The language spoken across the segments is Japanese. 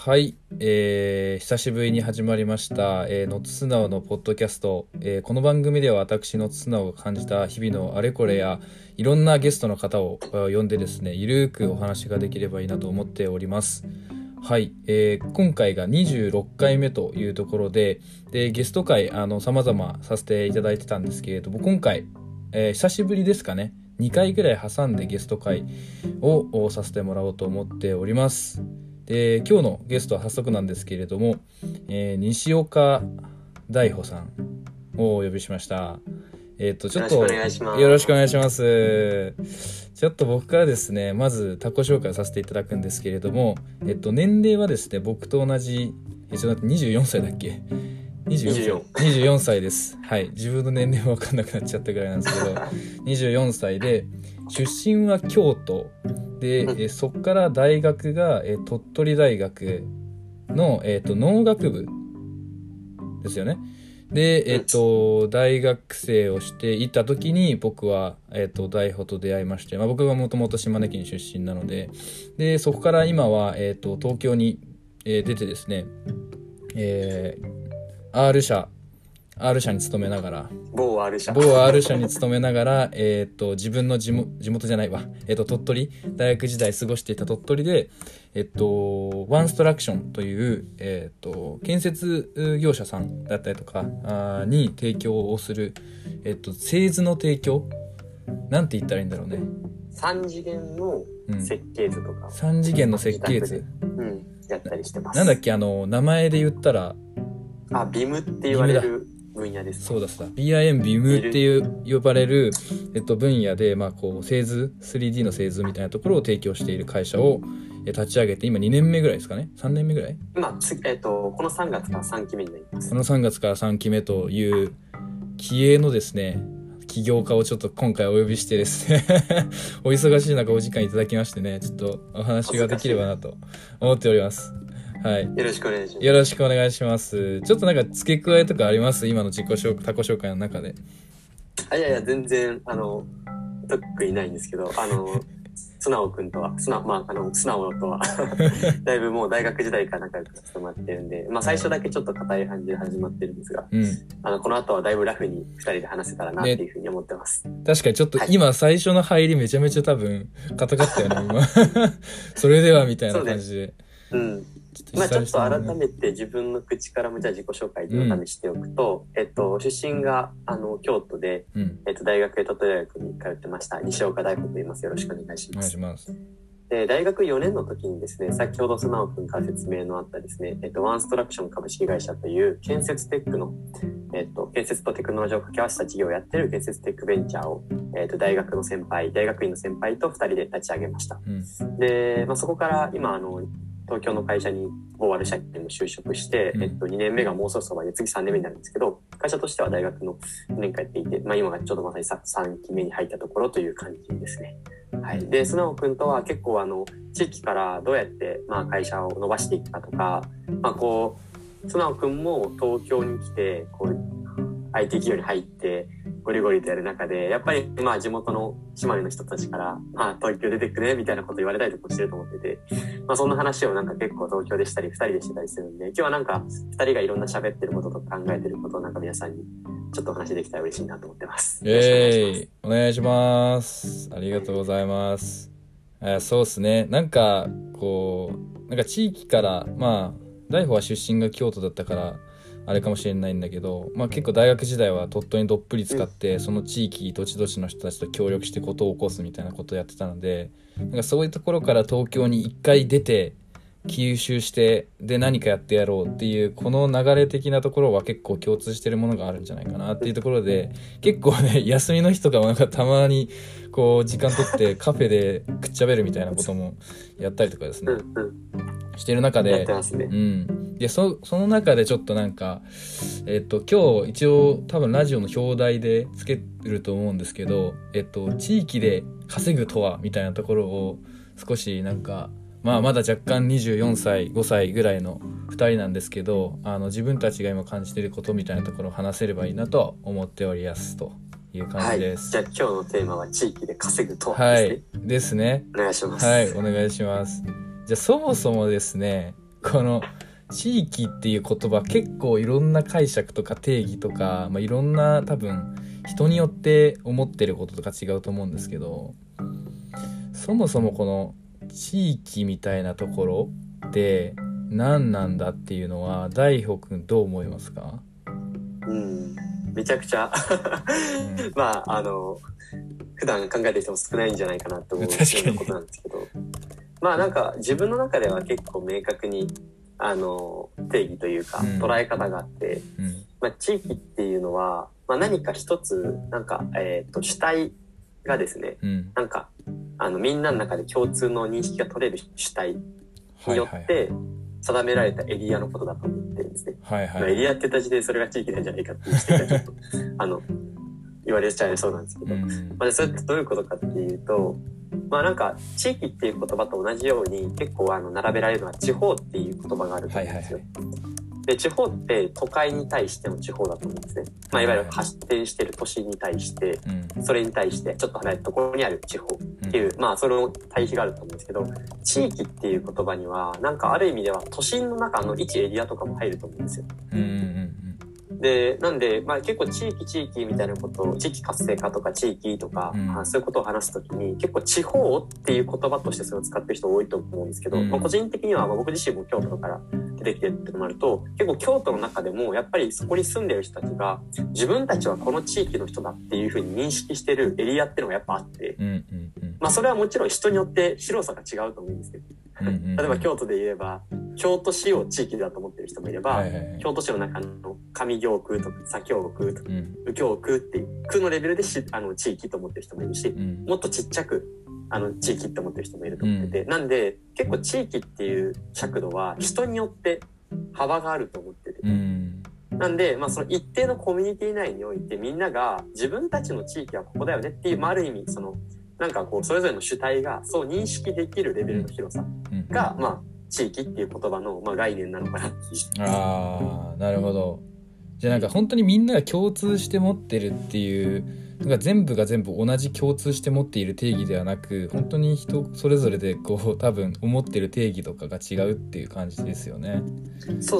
はい、久しぶりに始まりました、ノットスナオのポッドキャスト、この番組では私ノットスナオが感じた日々のあれこれやいろんなゲストの方を呼んでですね、ゆるくお話ができればいいなと思っております。はい、今回が26回目というところで、ゲスト会様々させていただいてたんですけれども、今回、久しぶりですかね、2回ぐらい挟んでゲスト会をさせてもらおうと思っております。で、今日のゲストは早速なんですけれども、西岡大穂さんをお呼びしました。ちょっとよろしくお願いします。ちょっと僕からですね、まず他己紹介をさせていただくんですけれども、年齢はですね、僕と同じ24歳だっけ？24歳です。はい、自分の年齢も分かんなくなっちゃったぐらいなんですけど24歳で、出身は京都で、そこから大学が、鳥取大学の、農学部ですよね。で、大学生をしていた時に僕は、大穂と出会いまして、僕がもともと島根県出身なので、そこから今は、東京に、出てですね、R 社に勤めながら、某 R 社に勤めながら、自分の地元じゃないわ、鳥取、大学時代過ごしていた鳥取で、ワンストラクションという、建設業者さんだったりとかに提供をする、製図の提供、なんて言ったらいいんだろうね。 3次元の設計図とか、 3次元の設計図、 やったりしてます。 なんだっけ、名前で言ったらビムって言われる分野です、 ね。そうだBIM ビムって呼ばれる、分野で、こう製図 3D の製図みたいなところを提供している会社を立ち上げて、今2年目ぐらいですかね。3年目ぐらい、 今、この3月から3期目になります。 この3月から3期目という気鋭のですね、起業家をちょっと今回お呼びしてですねお忙しい中お時間いただきましてね、ちょっとお話ができればなと思っております。はい、 よろしくお願いします。 よろしくお願いします。ちょっとなんか付け加えとかあります？今の他己紹介の中で。 いや全然特にないんですけど、素直とはだいぶもう大学時代から仲良くさせてもらってるんで、最初だけちょっと硬い感じで始まってるんですが、この後はだいぶラフに2人で話せたらなっていうふうに思ってます。 確かにちょっと今最初の入りめちゃめちゃ多分硬かったよね今それではみたいな感じで。 ちょっと改めて自分の口からもじゃあ自己紹介のためしておくと、出身が京都で、大学鳥取大学に通ってました西岡大穂と言います。よろしくお願いします。で、大学4年の時にですね、先ほど素直くんから説明のあったですね、ワンストラクション株式会社という建設テックの、建設とテクノロジーを掛け合わせた事業をやってる建設テックベンチャーを、大学院の先輩と2人で立ち上げました。で、そこから今東京の会社に某ある社にも就職して、2年目がもうそろそろで次3年目になるんですけど、会社としては大学の2年間やっていて、今がちょうどまさに3期目に入ったところという感じですね。はい。で、素直くんとは結構地域からどうやって、会社を伸ばしていくかとか、素直くんも東京に来て、IT 企業に入って、ゴリゴリとやる中で、やっぱり地元の島根の人たちから、東京出てくねみたいなこと言われたりとかしてると思ってて、そんな話を結構東京でしたり、2人でしてたりするんで、今日は2人がいろんな喋ってることとか考えてることを皆さんにちょっとお話できたら嬉しいなと思ってます。 お願いします。ありがとうございます。そうですね。地域から、大穂は出身が京都だったからあれかもしれないんだけど、結構大学時代は鳥取にどっぷり使って、その地域土地土地の人たちと協力してことを起こすみたいなことをやってたので、そういうところから東京に一回出て吸収してで何かやってやろうっていうこの流れ的なところは結構共通してるものがあるんじゃないかなっていうところで、結構ね、休みの日とかもたまに時間取ってカフェでくっちゃべるみたいなこともやったりとかですね、してる中で、でその中でちょっと今日一応多分ラジオの表題でつけると思うんですけど、地域で稼ぐとはみたいなところを少しまだ若干24歳5歳ぐらいの2人なんですけど、自分たちが今感じていることみたいなところを話せればいいなと思っておりますという感じです。 じゃあ今日のテーマは地域で稼ぐとはですね。 ですね。 お願いします。 お願いします。じゃあそもそもですね、 この地域っていう言葉結構いろんな解釈とか定義とか、いろんな多分人によって思ってることとか違うと思うんですけど、そもそもこの地域みたいなところって何なんだっていうのは大穂くんどう思いますか？ めちゃくちゃまあ普段考えてる人も少ないんじゃないかなと思うようなことなんですけど、まあなんか自分の中では結構明確に定義というか捉え方があって、地域っていうのは、何か一つなんか、主体がですね、なんかみんなの中で共通の認識が取れる主体によって定められたエリアのことだと思ってるんですね。エリアって言った時点でそれが地域なんじゃないかっていう指摘がちょっと言われちゃいそうなんですけど、それってどういうことかっていうと、なんか地域っていう言葉と同じように結構並べられるのは地方っていう言葉があると思うんですよ。で地方って都会に対しての地方だと思うんですね。いわゆる発展してる都市に対して、それに対してちょっと離れたところにある地方っていう、それの対比があると思うんですけど、地域っていう言葉にはなんかある意味では都心の中の一エリアとかも入ると思うんですよ。でなんで、結構地域みたいなことを地域活性化とか地域とか、そういうことを話すときに結構地方っていう言葉としてそれを使ってる人多いと思うんですけど、個人的には僕自身も京都から出てきてるってなると、結構京都の中でもやっぱりそこに住んでる人たちが自分たちはこの地域の人だっていうふうに認識してるエリアっていうのがやっぱあって、それはもちろん人によって広さが違うと思うんですけど、例えば京都で言えば京都市を地域だと思ってる人もいれば、京都市の中の上京区とか左京区とか右京区っていう区のレベルで地域と思ってる人もいるし、もっとちっちゃく地域って思ってる人もいると思ってて、なんで結構地域っていう尺度は人によって幅があると思ってて、なんで、その一定のコミュニティ内においてみんなが自分たちの地域はここだよねっていう、ある意味なんかこうそれぞれの主体がそう認識できるレベルの広さが、地域っていう言葉の、概念なのかなっていう。 なるほど。じゃあなんか本当にみんなが共通して持ってるっていう、なんか全部が全部同じ共通して持っている定義ではなく、本当に人それぞれでこう多分思ってる定義とかが違うっていう感じですよね。 そう、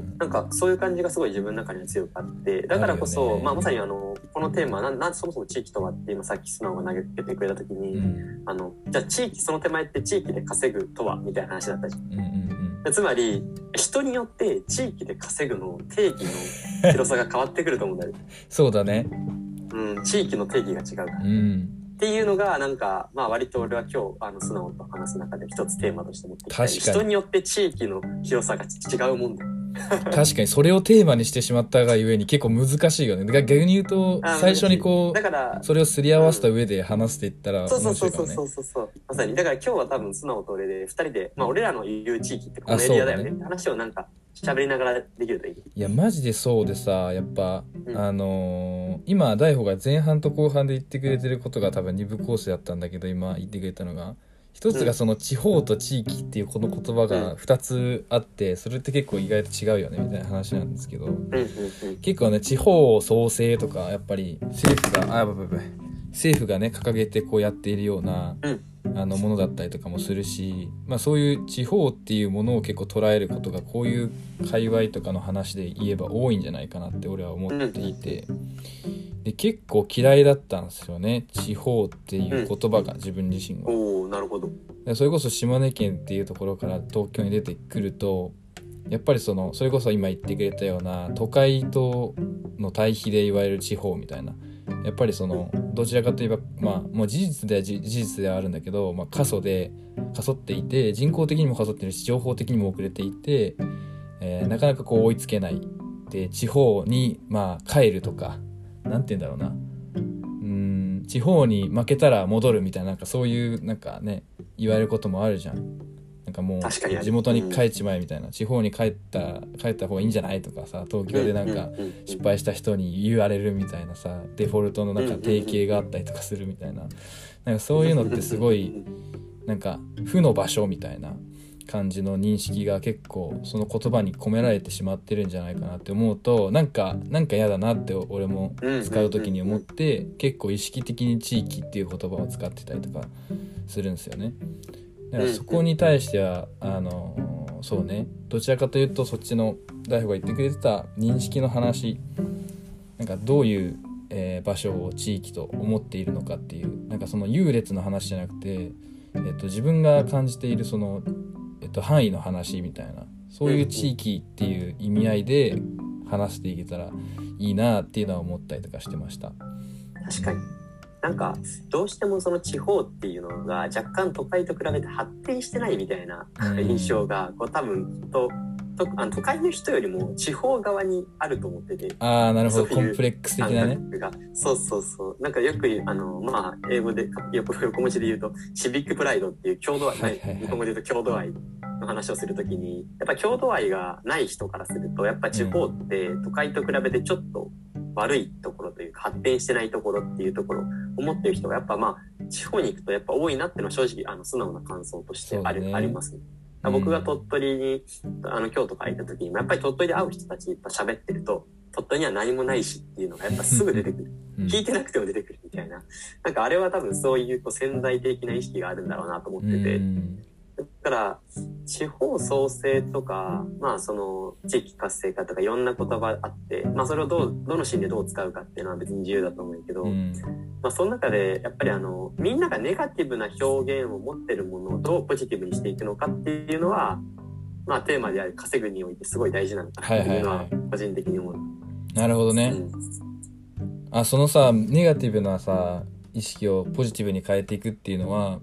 なんかそういう感じがすごい自分の中には強くあって、だからこそ、まさにこのテーマそもそも地域とはって今さっき素直が投げてくれた時に、じゃあ地域その手前って地域で稼ぐとはみたいな話だったじゃん。つまり人によって地域で稼ぐの定義の広さが変わってくると思うんだよ。 そうだね。 地域の定義が違うから、っていうのがなんか割と俺は今日素直と話す中で一つテーマとして持ってきた。人によって地域の広さが違うもんだよ。 確かにそれをテーマにしてしまったがゆえに結構難しいよね。逆に言うと最初にこうだからそれをすり合わせた上で話していったら面白いかもね。 そうまさにだから今日は多分素直と俺で2人で、俺らの言う地域ってこのエリアだよねって話をなんか喋りながらできるといい。 いやマジでそうでさ、やっぱ、今大穂が前半と後半で言ってくれてることが多分2部構成だったんだけど、今言ってくれたのが一つがその地方と地域っていうこの言葉が2つあって、それって結構意外と違うよねみたいな話なんですけど、結構ね地方創生とかやっぱり政府がね掲げてこうやっているようなものだったりとかもするし、そういう地方っていうものを結構捉えることがこういう界隈とかの話で言えば多いんじゃないかなって俺は思っていて、で結構嫌いだったんですよね、地方っていう言葉が、自分自身は。 なるほど。 それこそ島根県っていうところから東京に出てくると、やっぱりそれこそ今言ってくれたような都会との対比で言われる地方みたいな、やっぱりどちらかといえばもう事実ではあるんだけど、過疎っていて、人口的にも過疎ってるし情報的にも遅れていて、なかなかこう追いつけないで、地方に帰るとか、なんて言うんだろうな、地方に負けたら戻るみたいな、なんかそういうなんかね言われることもあるじゃん。なんかもう地元に帰っちまえみたいな、地方に帰った方がいいんじゃないとかさ、東京でなんか失敗した人に言われるみたいなさ、デフォルトのなんか定型があったりとかするみたいな、なんかそういうのってすごいなんか負の場所みたいな感じの認識が結構その言葉に込められてしまってるんじゃないかなって思うと、なんか嫌だなって俺も使う時に思って、結構意識的に地域っていう言葉を使ってたりとかするんですよね。だからそこに対してはそうね、どちらかというとそっちの大悟が言ってくれてた認識の話、なんかどういう、場所を地域と思っているのかっていう、なんかその優劣の話じゃなくて、自分が感じているその、範囲の話みたいな、そういう地域っていう意味合いで話していけたらいいなっていうのは思ったりとかしてました。 確かになんかどうしてもその地方っていうのが若干都会と比べて発展してないみたいな印象がこう多分都会の人よりも地方側にあると思ってて。 なるほど、コンプレックス的なね。 そうなんかよくまあ英語で横文字で言うとシビックプライドっていう郷土愛、日本語で言うと郷土愛の話をするときに、やっぱ郷土愛がない人からするとやっぱ地方って都会と比べてちょっと悪いところというか発展してないところっていうところを思ってる人がやっぱまあ地方に行くとやっぱ多いなっていうのは正直素直な感想としてありますね。僕が鳥取に京都から行った時にもやっぱり鳥取で会う人たちいっぱい喋ってると鳥取には何もないしっていうのがやっぱすぐ出てくる聞いてなくても出てくるみたいな、なんかあれは多分そういう潜在的な意識があるんだろうなと思ってて、だから地方創生とか、まあその地域活性化とかいろんな言葉あって、まあそれをどのシーンでどう使うかっていうのは別に自由だと思うけど、まあその中でやっぱりみんながネガティブな表現を持ってるものをどうポジティブにしていくのかっていうのは、まあテーマである稼ぐにおいてすごい大事なのかなっていうのは個人的に思う。 なるほどね。そのさ、ネガティブなさ意識をポジティブに変えていくっていうのは、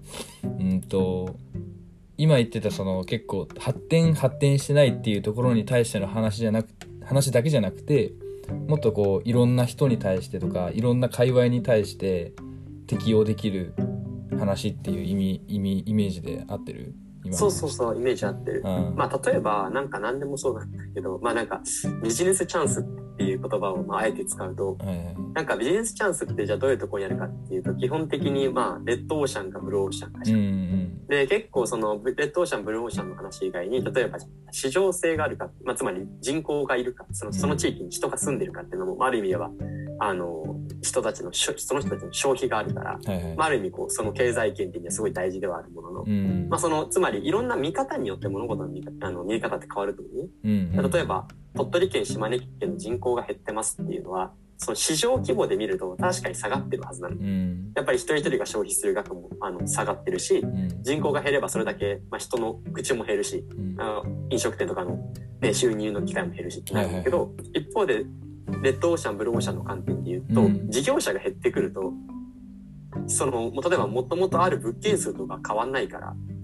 今言ってたその結構発展してないっていうところに対しての話だけじゃなくて、もっとこういろんな人に対してとかいろんな界隈に対して適用できる話っていうイメージで合ってる？ そうイメージ合ってる。まあ例えばなんか何でもそうなんだけど、まあなんかビジネスチャンスっていう言葉をまああえて使うと、なんかビジネスチャンスってじゃあどういうところにあるかっていうと、基本的にまあレッドオーシャンかブルーオーシャンかじゃん。で結構そのレッドオーシャンブルーオーシャンの話以外に、例えば市場性があるか、まあつまり人口がいるか、その地域に人が住んでるかっていうのもある意味ではその人たちの消費があるから、まあ、ある意味こうその経済圏っていうのはすごい大事ではあるものの、まあつまりいろんな見方によって物事の見え方って変わると思うね。例えば鳥取県島根県の人口が減ってますっていうのは、その市場規模で見ると確かに下がってるはずなの。やっぱり一人一人が消費する額も下がってるし、人口が減ればそれだけ、まあ、人の口も減るし、飲食店とかの、ね、収入の機会も減るしってなるんだけど、一方でレッドオーシャンブルーオーシャンの観点で言うと、事業者が減ってくると例えばもともとある物件数とか変わんないから、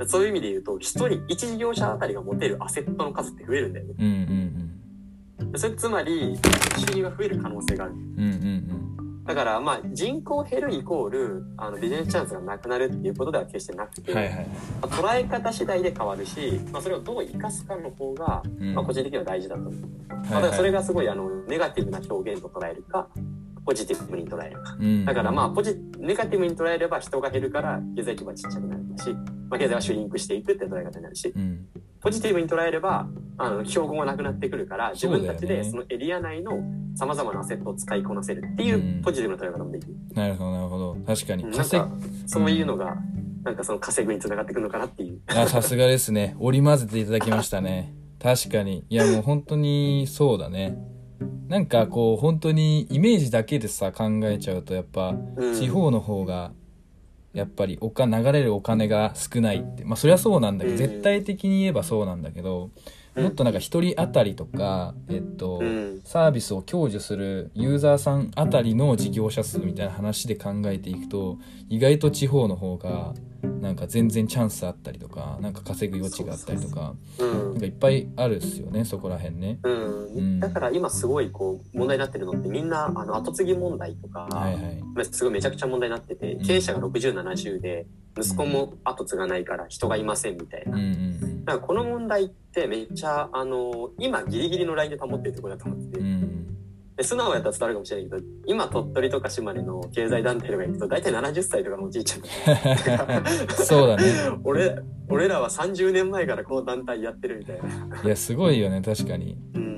そういう意味で言うと一事業者あたりが持てるアセットの数って増えるんだよね。それつまり収入が増える可能性がある。だからまあ人口減るイコールビジネスチャンスがなくなるっていうことでは決してなくて、捉え方次第で変わるし、まあ、それをどう生かすかの方が、まあ、個人的には大事だと思う。だからそれがすごいネガティブな表現と捉えるかポジティブに捉えるか、だからまあネガティブに捉えれば人が減るから経済規模はちっちゃくなるし、まあ、経済はシュリンクしていくって捉え方になるし、ポジティブに捉えれば標語がなくなってくるから、自分たちでそのエリア内の様々なアセットを使いこなせるっていうポジティブな捉え方もできる。 なるほど確かに。 なんかそういうのがなんかその稼ぐにつながってくるのかなっていう。 さすがですね。織り交ぜていただきましたね。確かに。いやもう本当にそうだね。なんかこう本当にイメージだけでさ考えちゃうとやっぱ地方の方がやっぱり流れるお金が少ないって、まあそりゃそうなんだけど、絶対的に言えばそうなんだけど、もっとなんか一人当たりとか、サービスを享受するユーザーさんあたりの事業者数みたいな話で考えていくと、意外と地方の方がなんか全然チャンスあったりとか、なんか稼ぐ余地があったりとか、なんかいっぱいあるっすよね、そこら辺ね。 だから今すごいこう問題になってるのってみんな後継ぎ問題とか、すごいめちゃくちゃ問題になってて、経営者が60、70で息子も後継がないから人がいませんみたいな。だからこの問題ってめっちゃ今ギリギリのラインで保ってるところだと思ってて、で素直やったら伝わるかもしれないけど、今鳥取とか島根の経済団体とか行くと大体70歳とかのおじいちゃんそうだね。 俺らは30年前からこの団体やってるみたいな。 いやすごいよね、確かに。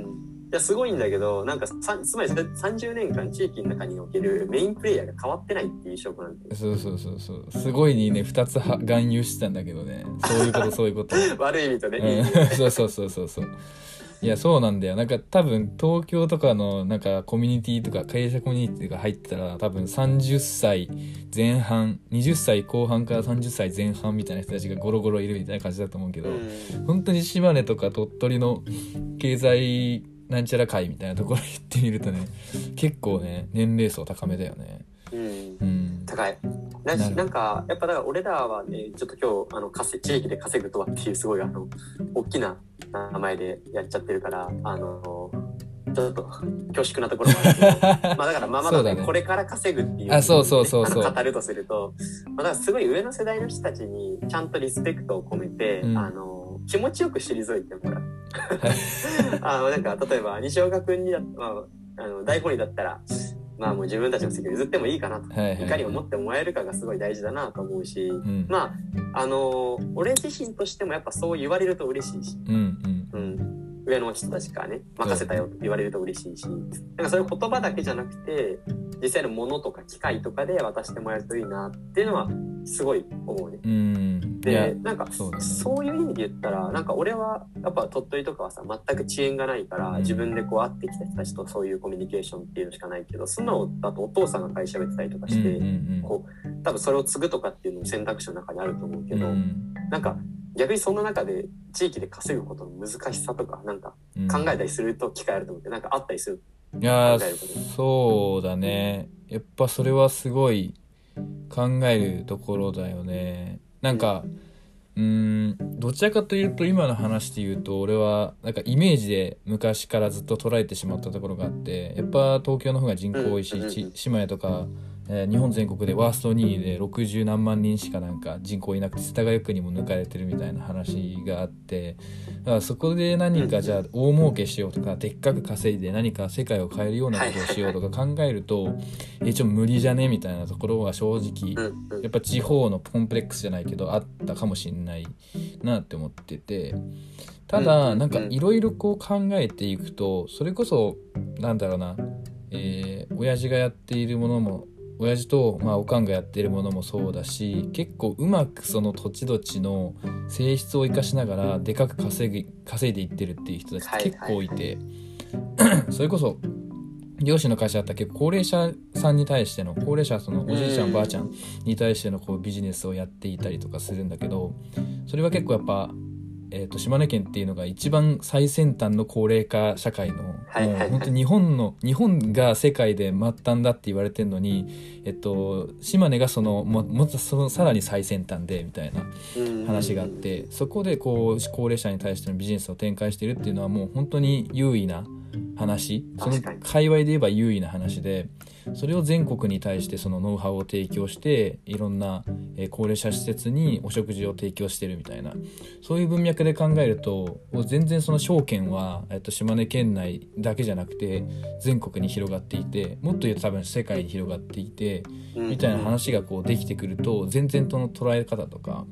やすごいんだけど、なんかつまり30年間地域の中におけるメインプレイヤーが変わってないっていう証拠なんで。 そうすごいにね2つ含有してたんだけどね、そういうこと悪い意味とね、 うん、そういやそうなんだよ。なんか多分東京とかのなんかコミュニティとか経営者コミュニティが入ってたら多分30歳前半20歳後半から30歳前半みたいな人たちがゴロゴロいるみたいな感じだと思うけど、本当に島根とか鳥取の経済なんちゃら会みたいなところに行ってみるとね、結構ね年齢層高めだよね。 高い。なんかやっぱだから俺らはね、ちょっと今日地域で稼ぐとはっていうすごい大きな名前でやっちゃってるから、ちょっと恐縮なところもあるけどまあだからまだねこれから稼ぐっていう、ね、語るとすると、だからすごい上の世代の人たちにちゃんとリスペクトを込めて、気持ちよく退いてもらうなんか例えば西岡君に大本にだったらまあもう自分たちの席を譲ってもいいかなと、いかに思ってもらえるかがすごい大事だなと思うし、まあ俺自身としてもやっぱそう言われると嬉しいし、上の人たちからね任せたよと言われると嬉しいし、なんかそういう言葉だけじゃなくて実際のものとか機械とかで渡してもらえるといいなっていうのはすごい思うね。でなんかそういう意味で言ったらなんか俺はやっぱ鳥取とかはさ全く遅延がないから自分でこう会ってきた人たちとそういうコミュニケーションっていうのしかないけど、素直だとお父さんが会社をやってたりとかして、こう多分それを継ぐとかっていうのも選択肢の中にあると思うけど、なんか逆にその中で地域で稼ぐことの難しさとかなんか考えたりすると機会あると思って、なんかあったりする。 いやそうだね、やっぱそれはすごい考えるところだよね。なんかどちらかというと今の話で言うと俺はなんかイメージで昔からずっと捉えてしまったところがあって、やっぱ東京の方が人口多いし、島根とか日本全国でワースト2位で60何万人しかなんか人口いなくて世田谷区にも抜かれてるみたいな話があって、だからそこで何かじゃあ大儲けしようとかでっかく稼いで何か世界を変えるようなことをしようとか考えるとちょっと無理じゃねみたいなところが正直やっぱ地方のコンプレックスじゃないけどあったかもしれないなって思ってて、ただなんかいろいろこう考えていくとそれこそなんだろうな、親父がやっているものも親父とおかんがやってるものもそうだし、結構うまくその土地土地の性質を生かしながらでかく稼いでいってるっていう人たち結構いて、それこそ漁師の会社だったら結構高齢者さんに対しての高齢者そのおじいちゃんおばあちゃんに対してのこうビジネスをやっていたりとかするんだけど、それは結構やっぱ島根県っていうのが一番最先端の高齢化社会の、もう本当に日本が世界で末端だって言われてるのに、島根がもっとそのさらに最先端でみたいな話があって、そこでこう高齢者に対してのビジネスを展開しているっていうのはもう本当に優位な話、その界隈で言えば優位な話で、それを全国に対してそのノウハウを提供していろんな高齢者施設にお食事を提供してるみたいな、そういう文脈で考えると全然その証券は島根県内だけじゃなくて全国に広がっていて、もっと言うと多分世界に広がっていてみたいな話がこうできてくると、全然その捉え方とか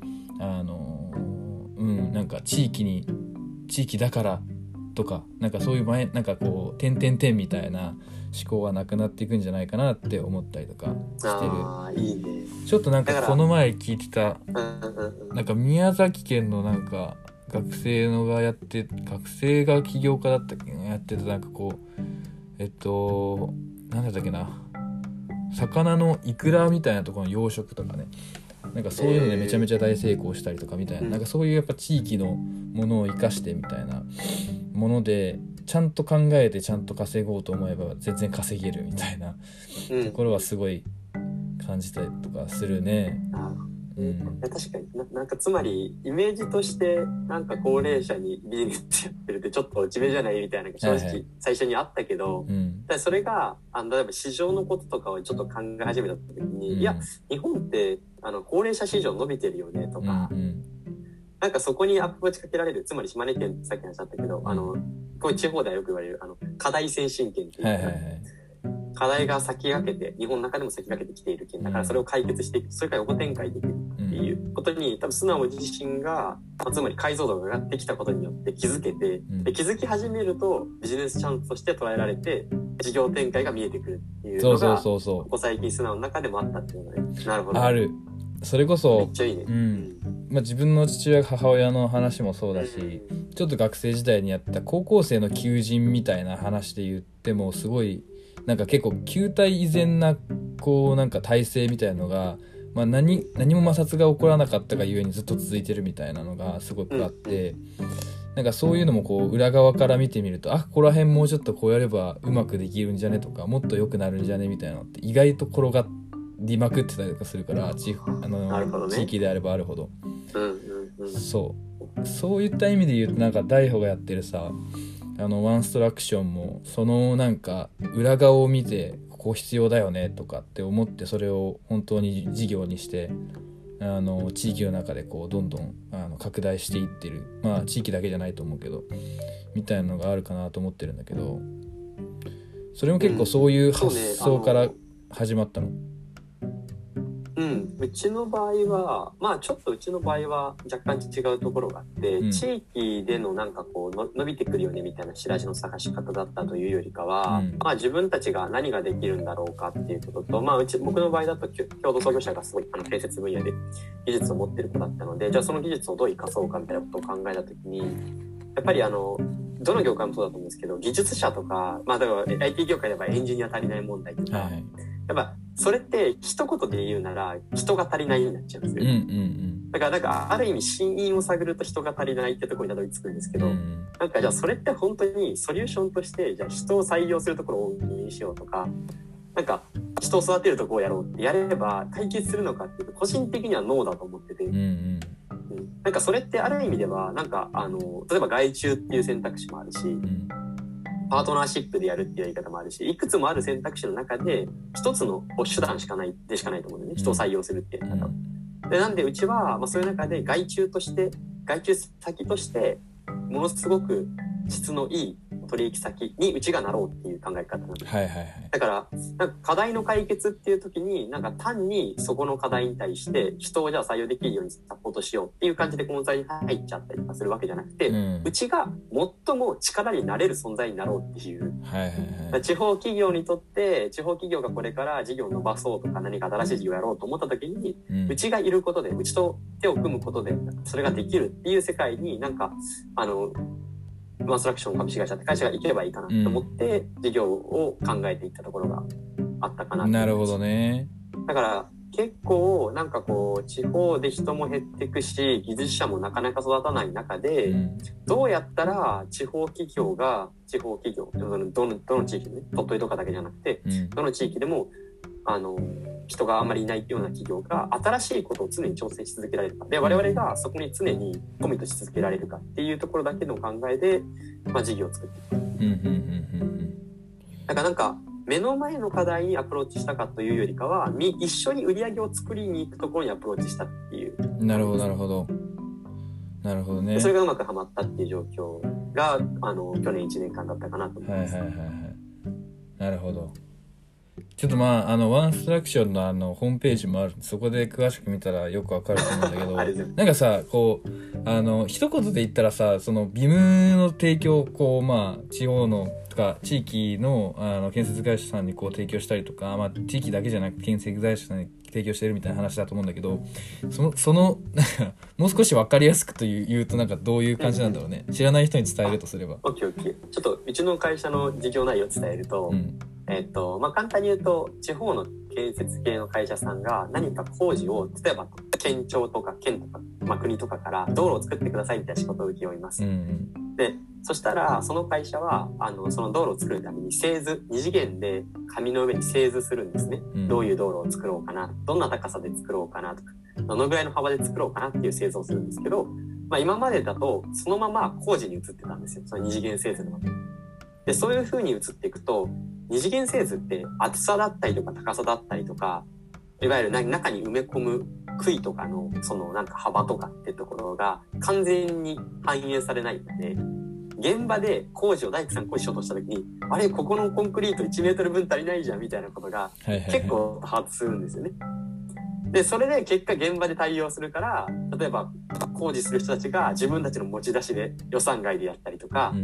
なんか地域だからとかなんかそういうなんかこう点々点みたいな思考はなくなっていくんじゃないかなって思ったりとかしてる。 いいね。 ちょっとなんかこの前聞いてたなんか宮崎県のなんか学生が起業家だったっけやってたなんかこうなんだったっけな、魚のイクラみたいなところの養殖とかね、なんかそういうのでめちゃめちゃ大成功したりとかみたいな、なんかそういうやっぱ地域のものを生かしてみたいなものでちゃんと考えてちゃんと稼ごうと思えば全然稼げるみたいなところはすごい感じたりとかするね。 確かになんかつまりイメージとしてなんか高齢者にビジネスやってるってちょっと落ち目じゃないみたいなのが正直最初にあったけど、それが例えば市場のこととかをちょっと考え始めた時に、いや日本って高齢者市場伸びてるよねとか、なんかそこにアプローチかけられる、つまり島根県ってさっき話あったけど、こういう地方ではよく言われる課題先進県っていう、課題が先駆けて日本の中でも先駆けてきている県だからそれを解決していく、それから横展開できるっていうことに多分素直自身が、つまり解像度が上がってきたことによって気づけて、で気づき始めるとビジネスチャンスとして捉えられて事業展開が見えてくるっていうのがここ最近素直の中でもあったっていうのがね。なるほど。 ある。それこそめっちゃいいね。 自分の父親母親の話もそうだし、ちょっと学生時代にやった高校生の求人みたいな話で言ってもすごいなんか結構旧態依然なこうなんか体制みたいなのが、何も摩擦が起こらなかったがゆえにずっと続いてるみたいなのがすごくあって、なんかそういうのもこう裏側から見てみると、ここら辺もうちょっとこうやればうまくできるんじゃねとか、もっと良くなるんじゃねみたいなのって意外と転がりまくってたりとかするから、地域であればあるほど、そういった意味で言うとなんか大穂がやってるさワンストラクションもそのなんか裏側を見てここ必要だよねとかって思ってそれを本当に事業にして地域の中でこうどんどん拡大していってる、地域だけじゃないと思うけどみたいなのがあるかなと思ってるんだけど、それも結構そういう発想から始まったの？ うちの場合はちょっとうちの場合は若干違うところがあって、地域でのなんかこう伸びてくるよねみたいな仕出しの探し方だったというよりかは、自分たちが何ができるんだろうかっていうことと、僕の場合だと共同創業者がすごい建設分野で技術を持ってる子だったので、じゃあその技術をどう生かそうかみたいなことを考えたときに、やっぱりどの業界もそうだと思うんですけど、技術者とか、例えば IT 業界ではエンジニア足りない問題とか、やっぱそれって一言で言うなら人が足りないになっちゃうんですよ。だからなんかある意味真因を探ると人が足りないってところにたどり着くんですけど、なんかじゃあそれって本当にソリューションとしてじゃあ人を採用するところを大きにしようとか、なんか人を育てるところをやろうってやれば解決するのかっていうと個人的にはノーだと思ってて、なんかそれってある意味ではなんか例えば外注っていう選択肢もあるし、パートナーシップでやるっていうやり方もあるし、いくつもある選択肢の中で一つの手段しかないと思うんだよね、人を採用するっていうやり方で、なんでうちは、そういう中で外注先としてものすごく質のいい取引先にうちがなろうっていう考え方なんです、だからなんか課題の解決っていう時になんか単にそこの課題に対して人をじゃあ採用できるようにサポートしようっていう感じでコンサルに入っちゃったりとかするわけじゃなくて、うちが最も力になれる存在になろうっていう、地方企業にとって地方企業がこれから事業を伸ばそうとか何か新しい事業をやろうと思った時に、うちがいることでうちと手を組むことでそれができるっていう世界になんかワンストラクション株式会社って会社が行ければいいかなと思って事業を考えていったところがあったかな。 なるほどね。 だから結構なんかこう地方で人も減っていくし技術者もなかなか育たない中で、どうやったら地方企業どの地域でね、鳥取とかだけじゃなくて、どの地域でも人があんまりいないような企業が新しいことを常に挑戦し続けられるかで、我々がそこに常にコミットし続けられるかっていうところだけの考えで、事業を作っていく。だからなんか目の前の課題にアプローチしたかというよりかは一緒に売り上げを作りに行くところにアプローチしたっていう。 なるほどね。 それがうまくはまったっていう状況が去年1年間だったかなと思います。 なるほど。ちょっとワンストラクションのホームページもあるんで、そこで詳しく見たらよくわかると思うんだけどなんかさこう一言で言ったらさ、そのビムの提供をこう地方のとか地域の建設会社さんにこう提供したりとか、地域だけじゃなくて建設会社さんに提供してるみたいな話だと思うんだけど、そのなんかもう少しわかりやすくと言うとなんかどういう感じなんだろうね。知らない人に伝えるとすれば。 オッケー。ちょっとうちの会社の事業内容を伝えると、簡単に言うと地方の建設系の会社さんが何か工事を例えば県庁とか県とか、国とかから道路を作ってくださいみたいな仕事を請け負います、でそしたらその会社はその道路を作るために製図2次元で紙の上に製図するんですね、どういう道路を作ろうかな、どんな高さで作ろうかなとか、どのぐらいの幅で作ろうかなっていう製図をするんですけど、今までだとそのまま工事に移ってたんですよ、その2次元製図のままで。そういう風に移っていくと二次元製図って厚さだったりとか高さだったりとか、いわゆる中に埋め込む杭とかのそのなんか幅とかってところが完全に反映されないので、現場で大工さん工事しようとした時にあれここのコンクリート1メートル分足りないじゃんみたいなことが結構多発するんですよね。 でそれで結果現場で対応するから、例えば工事する人たちが自分たちの持ち出しで予算外でやったりとか、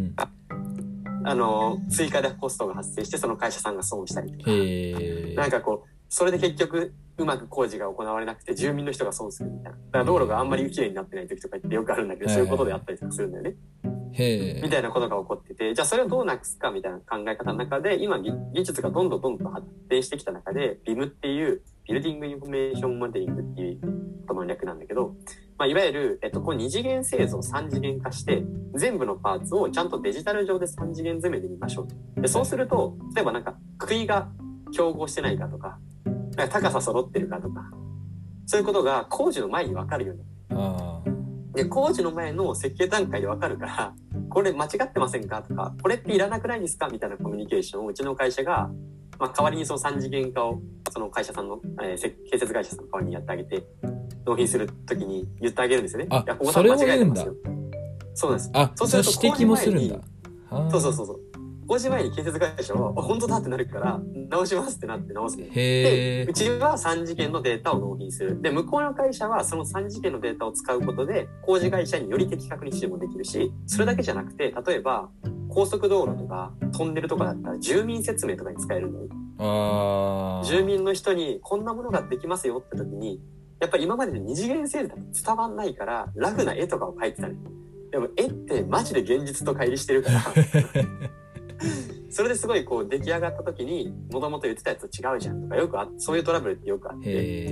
追加でコストが発生してその会社さんが損したりとか、なんかこうそれで結局うまく工事が行われなくて住民の人が損するみたいな。だから道路があんまり綺麗になってない時とかってよくあるんだけど、そういうことであったりとかするんだよね。みたいなことが起こってて、じゃあそれをどうなくすかみたいな考え方の中で、今技術がどんどん発展してきた中で、BIM っていうビルディングインフォメーションモデリングっていう言葉の略なんだけど、いわゆる、こう二次元製造を三次元化して、全部のパーツをちゃんとデジタル上で三次元詰めで見ましょう。でそうすると、例えばなんか杭が競合してないかとか、なんか高さ揃ってるかとか、そういうことが工事の前に分かるようになる。で工事の前の設計段階で分かるから、これ間違ってませんかとか、これっていらなくないですかみたいなコミュニケーションをうちの会社が、代わりにその三次元化をその会社さんの、建設会社さんの代わりにやってあげて、納品するときに言ってあげるんですよね。 あ、 いやここそれを言うんだ。 そうなんです。 そうすると指摘もするんだ。 そう工事前に建設会社は本当だってなるから直しますってなって直す。でうちは3次元のデータを納品する。で向こうの会社はその3次元のデータを使うことで工事会社により的確に指示もできるし、それだけじゃなくて、例えば高速道路とかトンネルとかだったら住民説明とかに使えるのよ。住民の人にこんなものができますよって時に、やっぱり今までの二次元製図だと伝わんないからラフな絵とかを描いてたり、でも絵ってマジで現実と乖離してるからそれですごいこう出来上がった時にもともと言ってたやつと違うじゃんとかよくそういうトラブルってよくあって、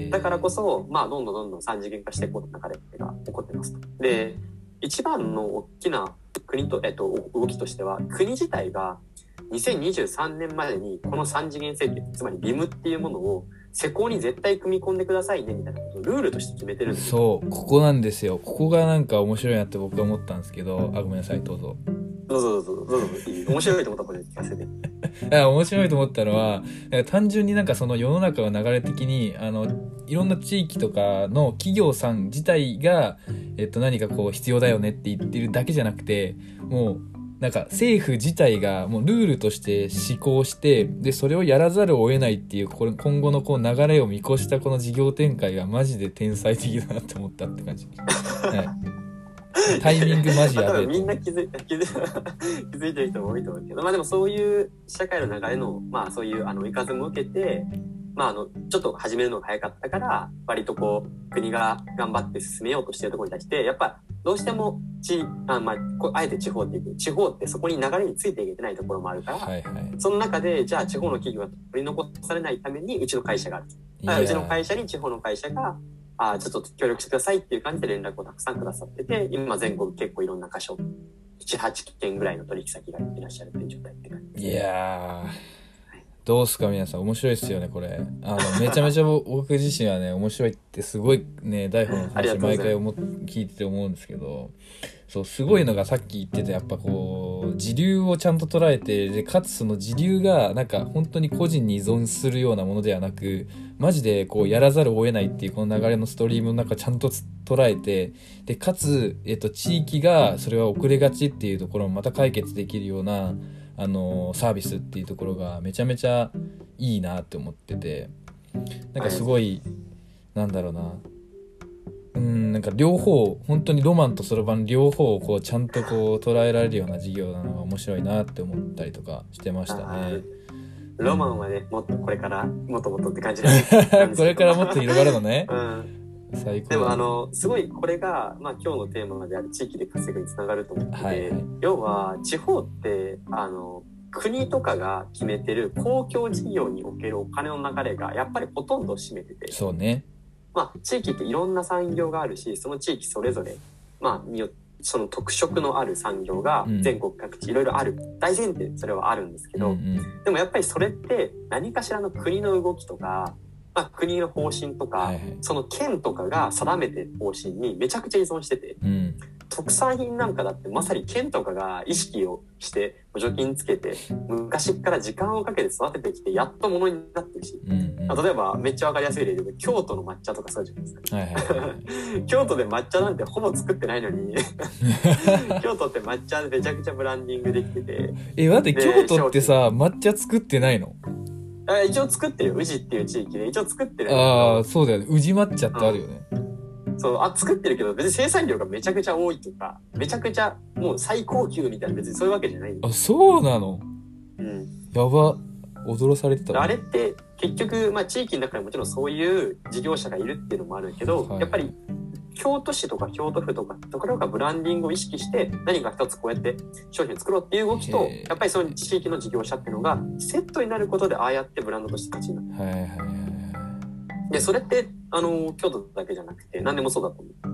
だからこそどんどん3次元化していこうという流れが起こってますと。で一番の大きな国と、動きとしては、国自体が2023年までにこの3次元設計、つまり BIM っていうものを施工に絶対組み込んでくださいねみたいなことをルールとして決めてるんですよ。 そう、ここなんですよ。ここがなんか面白いなって僕は思ったんですけど、ごめんなさい、どうぞ。 どうぞ面白いと思ったことで聞かせて。 面白いと思ったのは、単純になんかその世の中の流れ的にいろんな地域とかの企業さん自体が、何かこう必要だよねって言ってるだけじゃなくて、もうなんか政府自体がもうルールとして施行して、でそれをやらざるを得ないっていう、これ今後のこう流れを見越したこの事業展開がマジで天才的だなって思ったって感じ。はい、タイミングマジやべえ。 みんな気づいてる人も多いと思うけど、でもそういう社会の流れのそういう追かずも受けて、ちょっと始めるのが早かったから割とこう国が頑張って進めようとしているところに対して、やっぱどうしてもあえて地方っていう地方ってそこに流れについていけてないところもあるから、その中でじゃあ地方の企業が取り残されないためにうちの会社がある。うちの会社に地方の会社がちょっと協力してくださいっていう感じで連絡をたくさんくださってて、今全国結構いろんな箇所 7,8 件ぐらいの取引先がいらっしゃるっていう状態って感じ。 いやどうすか皆さん、面白いですよねこれ。めちゃめちゃ僕自身はね面白いってすごいね、台本の話毎回聞いてて思うんですけど、そうすごいのがさっき言ってた、やっぱこう時流をちゃんと捉えて、でかつその時流がなんか本当に個人に依存するようなものではなく、マジでこうやらざるを得ないっていうこの流れのストリームの中ちゃんと捉えて、でかつ、地域がそれは遅れがちっていうところもまた解決できるようなサービスっていうところがめちゃめちゃいいなって思ってて、なんかすごいなんだろうな、なんか両方本当にロマンとそろばん両方をこうちゃんとこう捉えられるような事業なのが面白いなって思ったりとかしてましたね。 ロマンはね、もっとこれからもっともっとって感じでこれからもっと広がるのね。最高。 でもすごいこれが、今日のテーマである地域で稼ぐにつながると思ってて、要は地方って国とかが決めてる公共事業におけるお金の流れがやっぱりほとんどを占めてて、 そうね。 地域っていろんな産業があるし、その地域それぞれその特色のある産業が全国各地いろいろある、大前提それはあるんですけど、でもやっぱりそれって何かしらの国の動きとか、国の方針とか、その県とかが定めてる方針にめちゃくちゃ依存してて、特産品なんかだってまさに県とかが意識をして補助金つけて昔から時間をかけて育ててきてやっとものになってるし、例えばめっちゃわかりやすい例で言うと京都の抹茶とかそうじゃないですか、京都で抹茶なんてほぼ作ってないのに京都って抹茶めちゃくちゃブランディングできてて、 待って、京都ってさ抹茶作ってないの？ 一応作ってる、宇治っていう地域で一応作ってる。 ああ、そうだよね。宇治抹茶ってあるよね。 そう、作ってるけど別に生産量がめちゃくちゃ多いとか、めちゃくちゃもう最高級みたいな、別にそういうわけじゃない。 あ、そうなの？ うん。 やば。驚されてた、ね。 あれって結局、まあ地域の中にもちろんそういう事業者がいるっていうのもあるけど、はい、やっぱり京都市とか京都府とかところがブランディングを意識して何か一つこうやって商品を作ろうっていう動きと、やっぱりその地域の事業者っていうのがセットになることでああやってブランドとして勝ちになる。はいはいはい。で、それって京都だけじゃなくて何でもそうだと思う。うん。